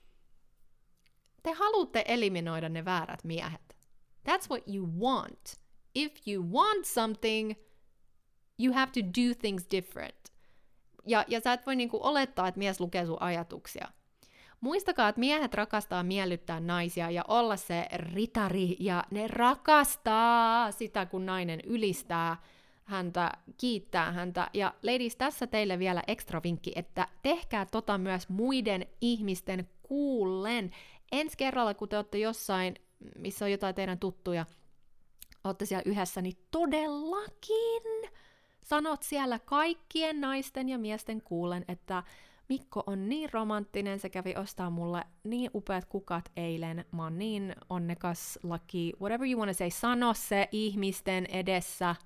Te haluatte eliminoida ne väärät miehet. That's what you want. If you want something, you have to do things different. Ja, ja sä et voi niinku olettaa, että mies lukee sun ajatuksia. Muistakaa, että miehet rakastaa miellyttää naisia ja olla se ritari, ja ne rakastaa sitä, kun nainen ylistää häntä, kiittää häntä. Ja ladies, tässä teille vielä ekstra vinkki, että tehkää tota myös muiden ihmisten kuullen. Ensi kerralla, kun te olette jossain, missä on jotain teidän tuttuja, olette siellä yhdessä, niin todellakin sanot siellä kaikkien naisten ja miesten kuulen, että Mikko on niin romanttinen, se kävi ostaa mulle niin upeat kukat eilen, mä oon niin onnekas, lucky, whatever you want to say, sano se ihmisten edessä.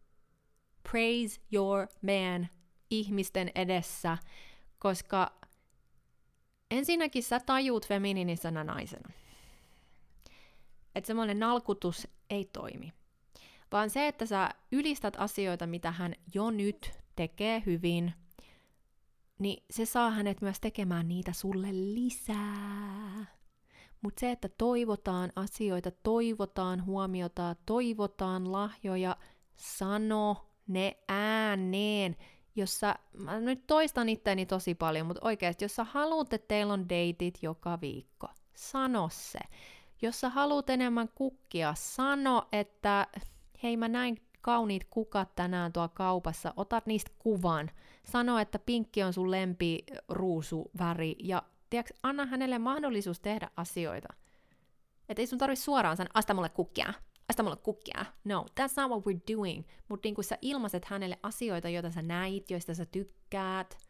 Praise your man ihmisten edessä, koska ensinnäkin sä tajuut feminiinisenä naisena, Että semmoinen nalkutus ei toimi. Vaan se, että sä ylistät asioita, mitä hän jo nyt tekee hyvin, niin se saa hänet myös tekemään niitä sulle lisää. Mutta se, että toivotaan asioita, toivotaan huomiota, toivotaan lahjoja, sano ne ääneen. Jos sä, mä nyt toistan itteeni tosi paljon, mutta oikeasti, jos sä haluat, että teillä on deitit joka viikko, sano se. Jos sä haluat enemmän kukkia, sano, että hei, mä näin kauniit kukat tänään tuolla kaupassa, otat niistä kuvan. Sano, että pinkki on sun lempi ruusuväri ja tiiäks, anna hänelle mahdollisuus tehdä asioita. Että ei sun tarvitse suoraan sanoa, asta mulle kukkia, asta mulle kukkia. No, that's not what we're doing. Mutta niin kun sä ilmaiset hänelle asioita, joita sä näit, joista sä tykkäät,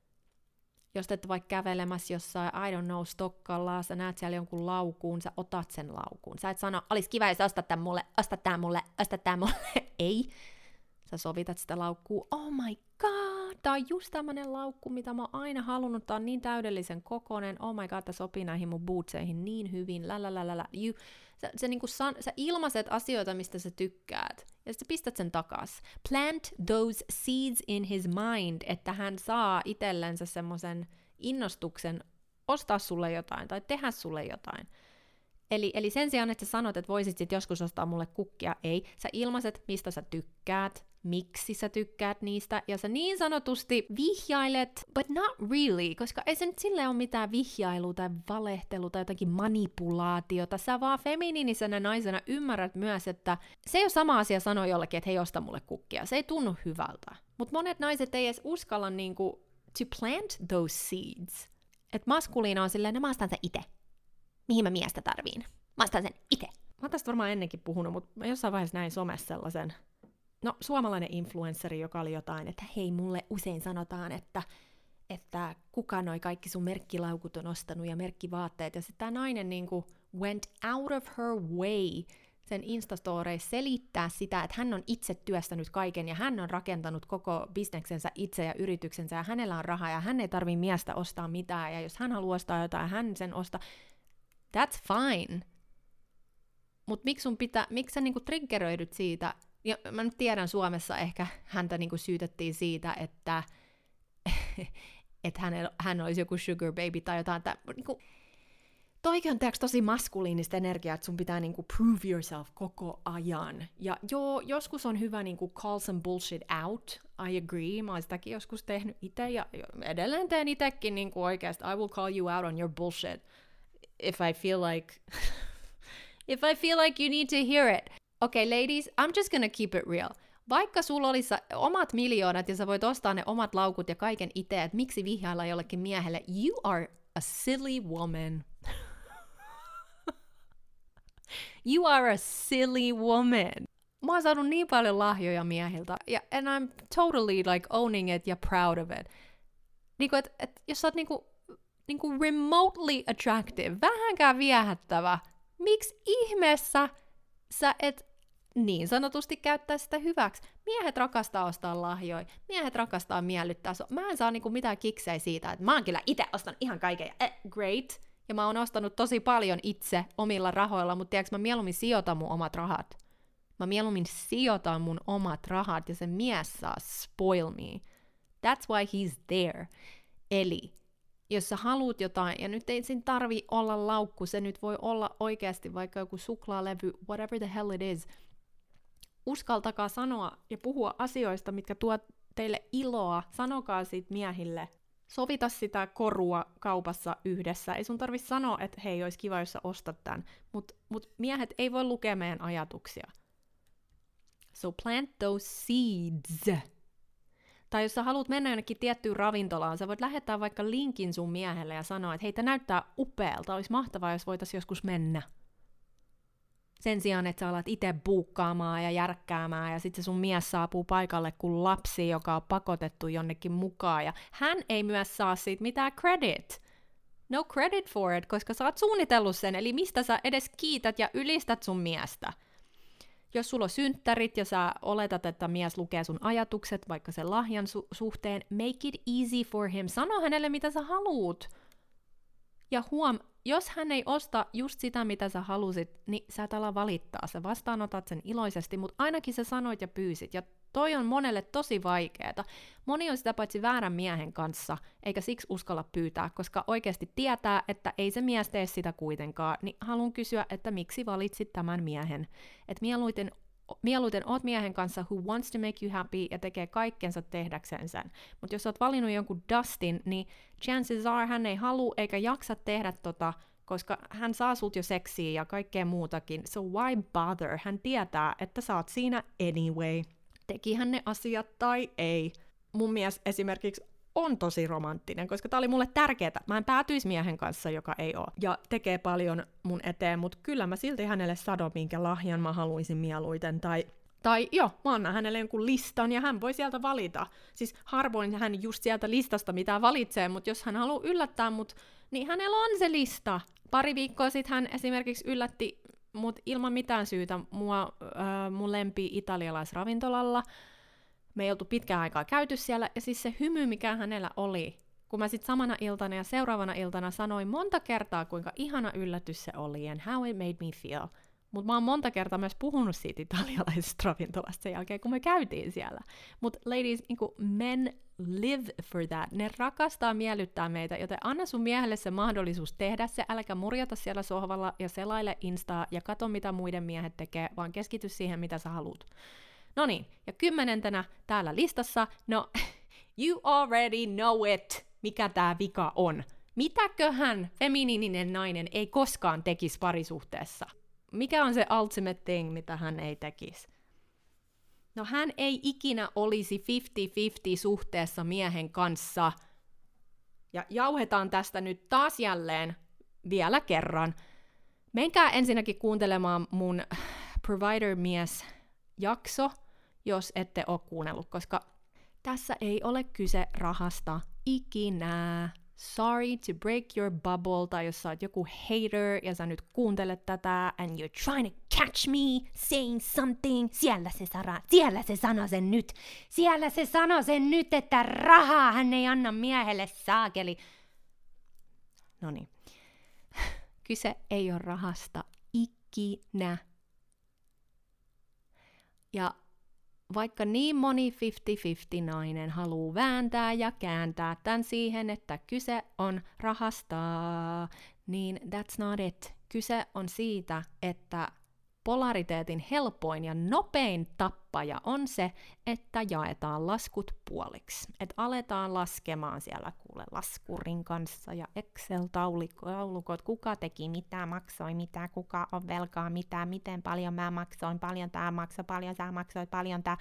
jos te ette vaikka kävelemässä jossain, I don't know, Stokkalla, sä näet siellä jonkun laukuun, sä otat sen laukuun. Sä et sano, olis kiva, jos ostat tän mulle, ostat tää mulle, ostat tää mulle. Ei. Sä sovitat sitä laukkuu, oh my god, tää on just tämmönen laukku, mitä mä oon aina halunnut, tää on niin täydellisen kokoinen, oh my god, tää sopii näihin mun bootseihin niin hyvin, lalalala. You, sä, sä, niinku san, sä ilmaiset asioita, mistä sä tykkäät, ja sit sä pistät sen takas. Plant those seeds in his mind, että hän saa itsellensä semmosen innostuksen ostaa sulle jotain, tai tehdä sulle jotain. Eli, eli sen sijaan, että sä sanot, että voisit sit joskus ostaa mulle kukkia, ei. Sä ilmaiset, mistä sä tykkäät, miksi sä tykkäät niistä, ja sä niin sanotusti vihjailet, but not really, koska ei se nyt silleen ole mitään vihjailua tai valehtelua tai jotakin manipulaatiota. Sä vaan feminiinisenä naisena ymmärrät myös, että se ei ole sama asia sanoa jollekin, että hei, osta mulle kukkia. Se ei tunnu hyvältä. Mutta monet naiset ei edes uskalla niinku to plant those seeds. Että maskuliina on silleen, no mä ostan sen ite. Mihin mä miestä tarviin? Mä ostan sen ite. Mä oon tästä varmaan ennenkin puhunut, mutta mä jossain vaiheessa näin somessa sellaisen, no suomalainen influenssari, joka oli jotain, että hei, mulle usein sanotaan, että, että kuka noi kaikki sun merkkilaukut on ostanut ja merkkivaatteet. Ja sitten tää nainen niinku went out of her way sen Instastoreissa selittää sitä, että hän on itse työstänyt kaiken ja hän on rakentanut koko bisneksensä itse ja yrityksensä ja hänellä on rahaa ja hän ei tarvii miestä ostaa mitään ja jos hän haluaa ostaa jotain, hän sen ostaa. That's fine. Mut miksi sun pitää, miksi sä niinku triggeröidyt siitä? Ja mä nyt tiedän, Suomessa ehkä häntä niinku syytettiin siitä, että et hän, hän olisi joku sugar baby tai jotain. Tää, niinku, toikin on teoks tosi maskuliinista energiaa, että sun pitää niinku prove yourself koko ajan. Ja joo, joskus on hyvä niinku call some bullshit out. I agree. Mä oon sitäkin joskus tehnyt itse ja edelleen teen itekin niinku oikeasti. I will call you out on your bullshit. If I feel like if I feel like you need to hear it. Okay, ladies, I'm just gonna keep it real. Vaikka sulla olisi omat miljoonat ja sä voit ostaa ne omat laukut ja kaiken itse, että miksi vihjailla jollekin miehelle, you are a silly woman. You are a silly woman. Mä oon saanut niin paljon lahjoja miehiltä, ja and I'm totally like owning it ja proud of it. Niinku, et, et, jos sä oot niinku niinku remotely attractive, vähänkään viehättävä, miksi ihmeessä sä et niin sanotusti käyttää sitä hyväksi? Miehet rakastaa ostaa lahjoja, miehet rakastaa miellyttää. So, mä en saa niinku mitään kiksejä siitä, että mä oon kyllä itse ostan ihan kaiken, ja eh, great. Ja mä oon ostanut tosi paljon itse omilla rahoilla, mutta tiedätkö, mä mieluummin sijoitan mun omat rahat. Mä mieluummin sijoitan mun omat rahat, ja se mies saa spoil me. That's why he's there. Eli jos sä haluut jotain, ja nyt ei siinä tarvi olla laukku, se nyt voi olla oikeasti vaikka joku suklaalevy, whatever the hell it is. Uskaltakaa sanoa ja puhua asioista, mitkä tuo teille iloa. Sanokaa siitä miehille. Sovita sitä korua kaupassa yhdessä. Ei sun tarvi sanoa, että hei, olisi kiva, jos sä ostat tämän. Mutta mut miehet ei voi lukea meidän ajatuksia. So plant those seeds. Tai jos sä haluat mennä jonnekin tiettyyn ravintolaan, sä voit lähettää vaikka linkin sun miehelle ja sanoa, että hei, tää näyttää upealta, olisi mahtavaa, jos voitais joskus mennä. Sen sijaan, että sä alat itse buukkaamaan ja järkkäämään, ja sitten sun mies saapuu paikalle kuin lapsi, joka on pakotettu jonnekin mukaan, ja hän ei myös saa siitä mitään credit. No credit for it, koska sä oot suunnitellut sen, eli mistä sä edes kiität ja ylistät sun miestä. Jos sulla on synttärit ja sä oletat, että mies lukee sun ajatukset, vaikka sen lahjan su- suhteen, make it easy for him. Sano hänelle, mitä sä haluut. Ja huom, jos hän ei osta just sitä, mitä sä halusit, niin sä et ala valittaa. Sä vastaanotat sen iloisesti, mutta ainakin sä sanoit ja pyysit. Ja toi on monelle tosi vaikeeta. Moni on sitä paitsi väärän miehen kanssa, eikä siksi uskalla pyytää, koska oikeasti tietää, että ei se mies tee sitä kuitenkaan. Niin haluan kysyä, että miksi valitsit tämän miehen. Että mieluiten Mieluiten oot miehen kanssa who wants to make you happy ja tekee kaikkensa tehdäkseen sen. Mutta jos oot valinnut jonkun Dustin, niin chances are hän ei halua eikä jaksa tehdä tota, koska hän saa sut jo seksiä ja kaikkea muutakin. So why bother? Hän tietää, että sä oot siinä anyway. Teki hän ne asiat tai ei. Mun mies esimerkiksi on tosi romanttinen, koska tää oli mulle tärkeetä. Mä en päätyisi miehen kanssa, joka ei oo. Ja tekee paljon mun eteen, mutta kyllä mä silti hänelle sadon, minkä lahjan mä haluaisin mieluiten. Tai, tai joo, mä annan hänelle jonkun listan ja hän voi sieltä valita. Siis harvoin hän just sieltä listasta mitään valitsee, mutta jos hän haluaa yllättää mut, niin hänellä on se lista. Pari viikkoa sitten hän esimerkiksi yllätti mut ilman mitään syytä mua äh, mun lempi italialaisravintolalla. Me ei oltu pitkään aikaa käyty siellä, ja siis se hymy, mikä hänellä oli, kun mä sitten samana iltana ja seuraavana iltana sanoin monta kertaa, kuinka ihana yllätys se oli, and how it made me feel. Mutta mä oon monta kertaa myös puhunut siitä italialaisesta ravintolasta sen jälkeen, kun me käytiin siellä. Mutta ladies, niinku, men live for that. Ne rakastaa miellyttää meitä, joten anna sun miehelle se mahdollisuus tehdä se, äläkä murjata siellä sohvalla ja selaile Instaa ja kato, mitä muiden miehet tekee, vaan keskity siihen, mitä sä haluut. No niin, ja kymmenentenä täällä listassa, no, you already know it, mikä tää vika on. Mitäköhän feminiininen nainen ei koskaan tekisi parisuhteessa? Mikä on se ultimate thing, mitä hän ei tekisi? No hän ei ikinä olisi viisikymmentä viisikymmentä suhteessa miehen kanssa. Ja jauhetaan tästä nyt taas jälleen vielä kerran. Menkää ensinnäkin kuuntelemaan mun Provider-mies-jakso, jos ette ole kuunnellut, koska tässä ei ole kyse rahasta ikinä. Sorry to break your bubble, tai jos sä oot joku hater ja sä nyt kuuntelet tätä, and you're trying to catch me saying something, siellä se, sara, siellä se sano sen nyt, siellä se sano sen nyt, että rahaa hän ei anna miehelle, saakeli. Noniin, kyse ei ole rahasta ikinä. Ja vaikka niin moni viisikymmentä viisikymmentä nainen haluaa vääntää ja kääntää tän siihen, että kyse on rahasta, niin that's not it. Kyse on siitä, että polariteetin helpoin ja nopein tappaja on se, että jaetaan laskut puoliksi. Että aletaan laskemaan siellä kuule laskurin kanssa ja Excel-taulukot, kuka teki mitä, maksoi mitä, kuka on velkaa mitä, miten paljon mä maksoin, paljon tää maksoi, paljon sä maksoit, paljon tää.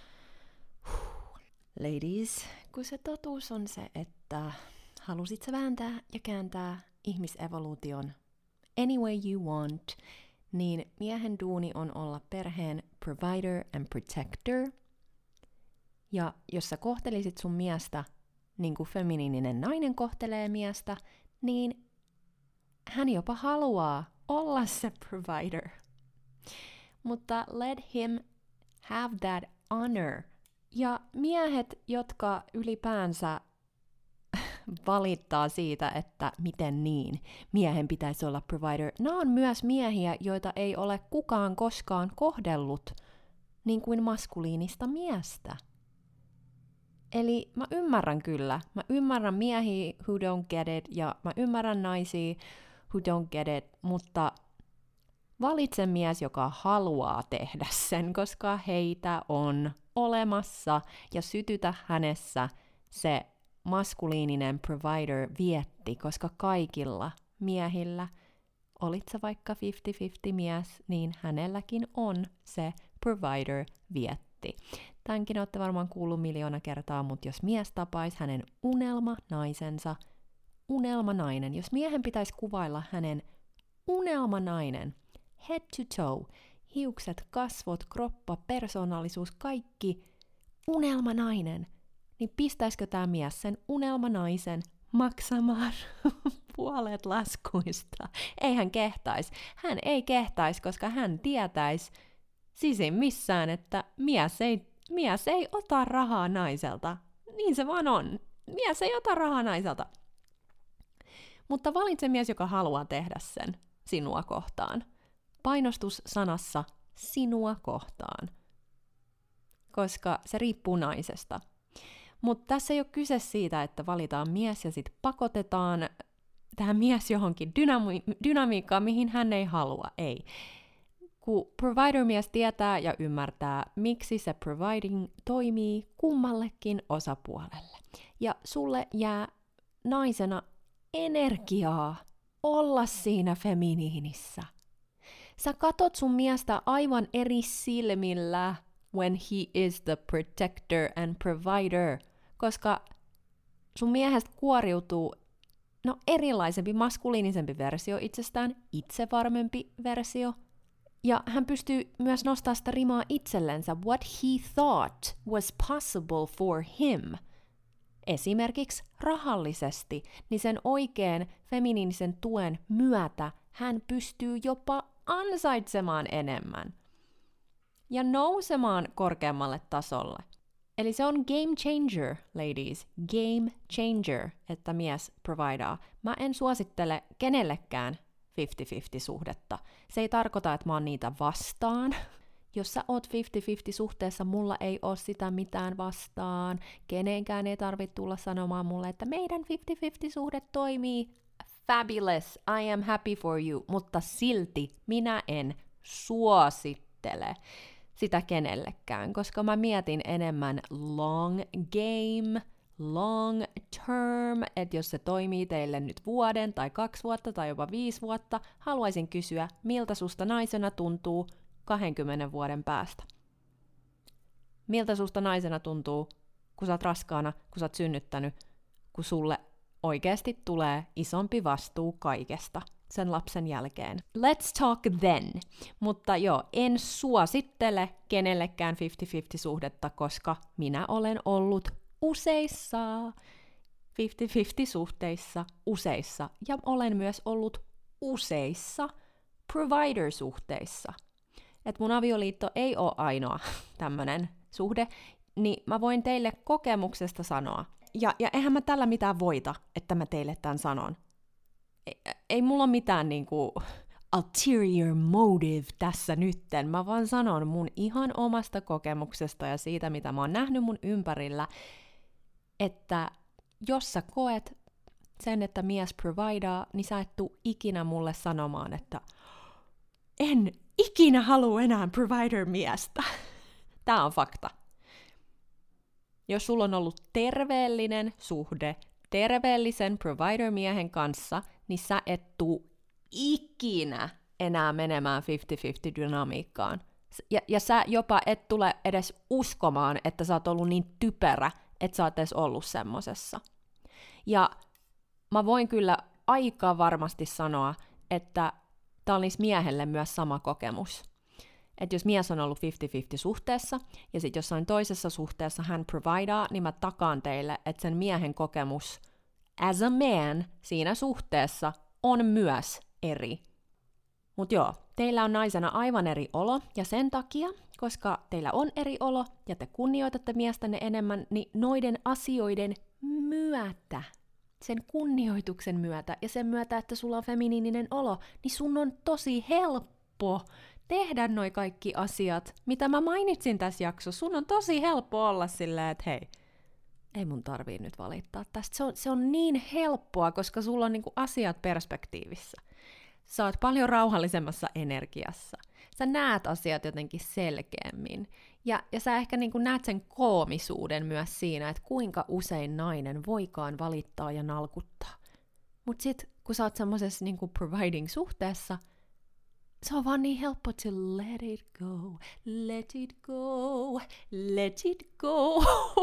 Ladies, kun se totuus on se, että halusit sä vääntää ja kääntää ihmisevoluution any way you want, niin miehen duuni on olla perheen provider and protector. Ja jos sä kohtelisit sun miestä niin kuin feminiininen nainen kohtelee miestä, niin hän jopa haluaa olla se provider. Mutta let him have that honor. Ja miehet, jotka ylipäänsä valittaa siitä, että miten niin, miehen pitäisi olla provider. Nämä on myös miehiä, joita ei ole kukaan koskaan kohdellut niin kuin maskuliinista miestä. Eli mä ymmärrän kyllä. Mä ymmärrän miehiä who don't get it ja mä ymmärrän naisia who don't get it, mutta valitse mies, joka haluaa tehdä sen, koska heitä on olemassa ja sytytä hänessä se maskuliininen provider vietti, koska kaikilla miehillä, olit sä vaikka viisikymmentä viisikymmentä mies, niin hänelläkin on se provider vietti. Tämänkin olette varmaan kuullut miljoona kertaa, mutta jos mies tapaisi hänen unelmanaisensa, unelmanainen, jos miehen pitäisi kuvailla hänen unelmanainen, head to toe, hiukset, kasvot, kroppa, persoonallisuus, kaikki unelmanainen, niin pistäisikö tämä mies sen unelmanaisen maksamaan puolet laskuista? Ei hän kehtaisi. Hän ei kehtaisi, koska hän tietäisi sisimmissään, että mies ei, mies ei ota rahaa naiselta. Niin se vaan on. Mies ei ota rahaa naiselta. Mutta valitse mies, joka haluaa tehdä sen sinua kohtaan. Painostus sanassa sinua kohtaan. Koska se riippuu naisesta. Mutta tässä ei ole kyse siitä, että valitaan mies ja sitten pakotetaan tämä mies johonkin dynami- dynamiikkaan, mihin hän ei halua. Ei. Kun provider-mies tietää ja ymmärtää, miksi se providing toimii kummallekin osapuolelle. Ja sulle jää naisena energiaa olla siinä feminiinissä. Sä katot sun miestä aivan eri silmillä when he is the protector and provider, koska sun miehestä kuoriutuu no erilaisempi, maskuliinisempi versio itsestään, itsevarmempi versio, ja hän pystyy myös nostamaan sitä rimaa itsellensä, what he thought was possible for him. Esimerkiksi rahallisesti, niin sen oikean feminiinisen tuen myötä hän pystyy jopa ansaitsemaan enemmän ja nousemaan korkeammalle tasolle. Eli se on game changer, ladies, game changer, että mies providaa. Mä en suosittele kenellekään viisikymmentä-viisikymmentä-suhdetta. Se ei tarkoita, että mä oon niitä vastaan. Jos sä oot viisikymmentä-viisikymmentä-suhteessa, mulla ei oo sitä mitään vastaan. Kenenkään ei tarvitse tulla sanomaan mulle, että meidän viisikymmentä-viisikymmentä-suhde toimii. Fabulous, I am happy for you. Mutta silti minä en suosittele sitä kenellekään, koska mä mietin enemmän long game, long term, että jos se toimii teille nyt vuoden tai kaksi vuotta tai jopa viisi vuotta, haluaisin kysyä, miltä susta naisena tuntuu kahdenkymmenen vuoden päästä. Miltä susta naisena tuntuu, kun sä oot raskaana, kun sä oot synnyttänyt, kun sulle oikeasti tulee isompi vastuu kaikesta sen lapsen jälkeen. Let's talk then. Mutta joo, en suosittele kenellekään viisikymmentä-viisikymmentä-suhdetta, koska minä olen ollut useissa viisikymmentä-viisikymmentä-suhteissa, useissa, ja olen myös ollut useissa provider-suhteissa. Että mun avioliitto ei ole ainoa tämmönen suhde, niin mä voin teille kokemuksesta sanoa. Ja, ja eihän mä tällä mitään voita, että mä teille tämän sanon. Ei, ei mulla ole mitään niinku ulterior motive tässä nytten. Mä vaan sanon mun ihan omasta kokemuksesta ja siitä, mitä mä oon nähnyt mun ympärillä, että jos sä koet sen, että mies providaa, niin sä et tuu ikinä mulle sanomaan, että en ikinä halua enää provider-miestä. Tää on fakta. Jos sulla on ollut terveellinen suhde terveellisen provider-miehen kanssa, niin sä et tuu ikinä enää menemään viisikymmentä-viisikymmentä-dynamiikkaan. Ja, ja sä jopa et tule edes uskomaan, että sä oot ollut niin typerä, että sä oot edes ollut semmosessa. Ja mä voin kyllä aika varmasti sanoa, että tää olisi miehelle myös sama kokemus. Että jos mies on ollut viisikymmentä-viisikymmentä-suhteessa, ja sitten jossain toisessa suhteessa hän providaa, niin mä takaan teille, että sen miehen kokemus as a man siinä suhteessa on myös eri. Mut joo, teillä on naisena aivan eri olo, ja sen takia, koska teillä on eri olo, ja te kunnioitatte miestänne enemmän, niin noiden asioiden myötä, sen kunnioituksen myötä, ja sen myötä, että sulla on feminiininen olo, niin sun on tosi helppo tehdä noi kaikki asiat, mitä mä mainitsin tässä jaksossa. Sun on tosi helppo olla silleen, että hei, ei mun tarvii nyt valittaa tästä. Se on, se on niin helppoa, koska sulla on niinku asiat perspektiivissä. Sä oot paljon rauhallisemmassa energiassa. Sä näet asiat jotenkin selkeämmin. Ja, ja sä ehkä niinku näet sen koomisuuden myös siinä, että kuinka usein nainen voikaan valittaa ja nalkuttaa. Mut sit, kun sä oot semmosessa niinku providing-suhteessa, se on vaan niin helppo to let it go, let it go, let it go.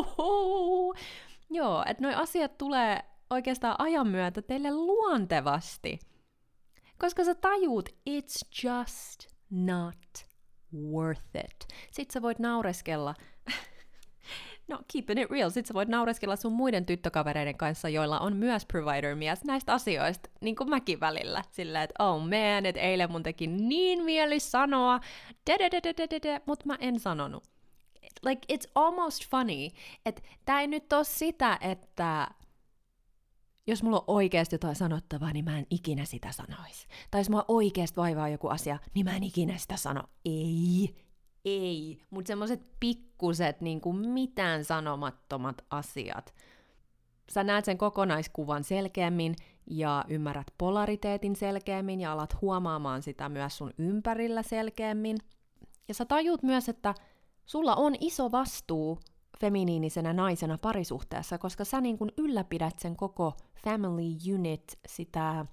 Joo, että noi asiat tulee oikeastaan ajan myötä teille luontevasti. Koska sä tajuut, it's just not worth it. Sitten sä voit naureskella, no keeping it real, sit sä voit naureskella sun muiden tyttökavereiden kanssa, joilla on myös provider-mies näistä asioista, niin kuin mäkin välillä. Sillä, että oh man, että eilen mun teki niin mieli sanoa, mutta mä en sanonut. Like, it's almost funny, että tää ei nyt ole sitä, että Jos mulla on oikeasti jotain sanottavaa, niin mä en ikinä sitä sanoisi. Tai jos mua oikeasti vaivaa joku asia, niin mä en ikinä sitä sano. Ei, ei. Mutta semmoset pikkuset, niin kuin mitään sanomattomat asiat. Sä näet sen kokonaiskuvan selkeämmin ja ymmärrät polariteetin selkeämmin ja alat huomaamaan sitä myös sun ympärillä selkeämmin. Ja sä tajuut myös, että sulla on iso vastuu feminiinisenä naisena parisuhteessa, koska sä niin kun ylläpidät sen koko family unit, sitä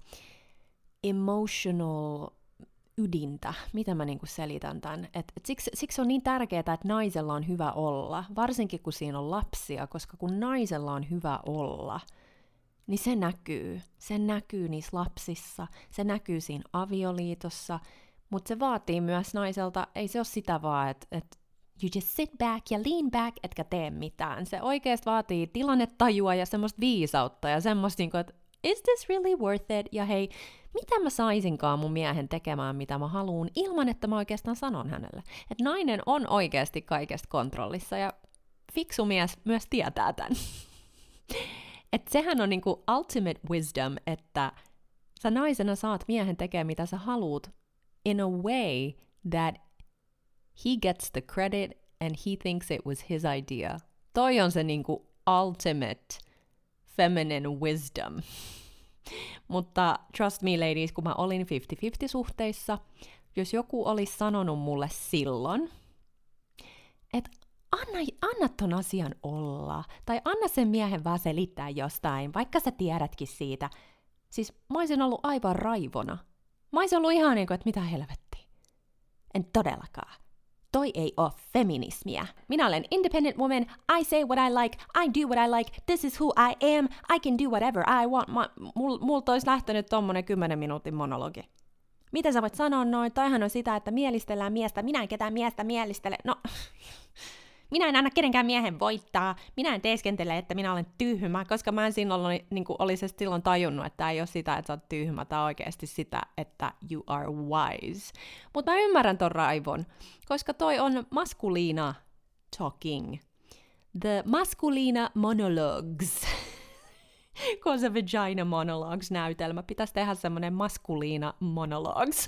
emotional ydintä. Mitä mä niin kun selitän tämän? Et, et siksi, siksi on niin tärkeää, että naisella on hyvä olla, varsinkin kun siinä on lapsia, koska kun naisella on hyvä olla, niin se näkyy. Se näkyy niissä lapsissa, se näkyy siinä avioliitossa, mutta se vaatii myös naiselta, ei se ole sitä vaan, että et you just sit back ja lean back, etkä tee mitään. Se oikeasti vaatii tilannetajua ja semmoista viisautta ja semmoista, niinku, että is this really worth it? Ja hei, mitä mä saisinkaan mun miehen tekemään, mitä mä haluun, ilman että mä oikeastaan sanon hänelle. Että nainen on oikeasti kaikesta kontrollissa ja fiksu mies myös tietää tämän. Että sehän on niinku ultimate wisdom, että sä naisena saat miehen tekemään mitä sä haluut in a way that he gets the credit and he thinks it was his idea. Toi on se niinku ultimate feminine wisdom. Mutta trust me ladies, kun mä olin fifty fifty suhteissa, jos joku olisi sanonut mulle silloin, että anna, anna ton asian olla, tai anna sen miehen vaan selittää jostain, vaikka sä tiedätkin siitä. Siis mä olisin ollut aivan raivona. Mä olisin ollut ihan niin kuin, että mitä helvettiä. En todellakaan. Toi ei oo feminismiä. Minä olen independent woman, I say what I like, I do what I like, this is who I am, I can do whatever I want. Ma, mul, multa olisi lähtenyt tommonen kymmenen minuutin monologi. Mitä sä voit sanoa noin? Toihan on sitä, että mielistellään miestä. Minä en ketään miestä mielistele. No, minä en anna kenenkään miehen voittaa. Minä en teeskentele, että minä olen tyhmä, koska mä en silloin niin olisi silloin tajunnut, että ei ole sitä, että sä oot tyhmä, tai oikeasti sitä, että you are wise. Mutta mä ymmärrän ton raivon, koska toi on maskuliina talking. The maskulina monologues. Kun se vagina monologues-näytelmä. Pitäisi tehdä semmonen maskuliina monologues.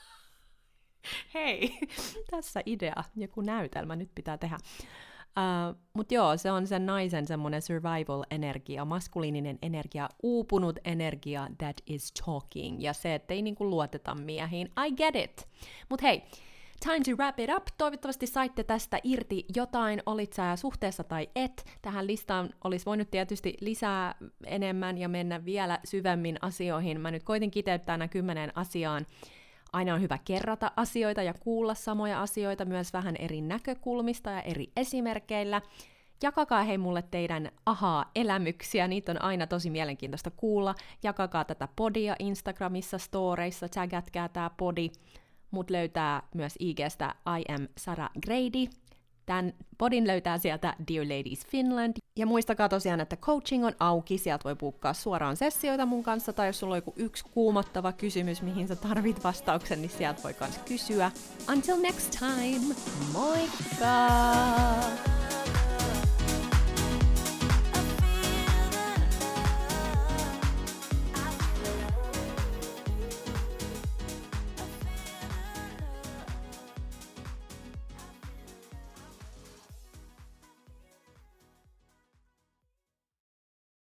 Hei, tässä idea. Joku näytelmä nyt pitää tehdä. Uh, Mutta joo, se on sen naisen semmoinen survival-energia, maskuliininen energia, uupunut energia that is talking. Ja se, ettei niinku luoteta miehiin. I get it. Mut hei, time to wrap it up. Toivottavasti saitte tästä irti jotain, olit sä suhteessa tai et. Tähän listaan olisi voinut tietysti lisää enemmän ja mennä vielä syvemmin asioihin. Mä nyt koitin kiteyttää nämä kymmenen asiaan. Aina on hyvä kerrata asioita ja kuulla samoja asioita myös vähän eri näkökulmista ja eri esimerkkeillä. Jakakaa hei mulle teidän ahaa-elämyksiä, niitä on aina tosi mielenkiintoista kuulla. Jakakaa tätä podia Instagramissa, storeissa, tagatkaa tää podi. Mut löytää myös I G:stä I am Sara Grady. Tän podin löytää sieltä Dear Ladies Finland. Ja muistakaa tosiaan, että coaching on auki. Sieltä voi buukkaa suoraan sessioita mun kanssa. Tai jos sulla on joku yksi kuumottava kysymys, mihin sä tarvit vastauksen, niin sieltä voi kans kysyä. Until next time, moikka!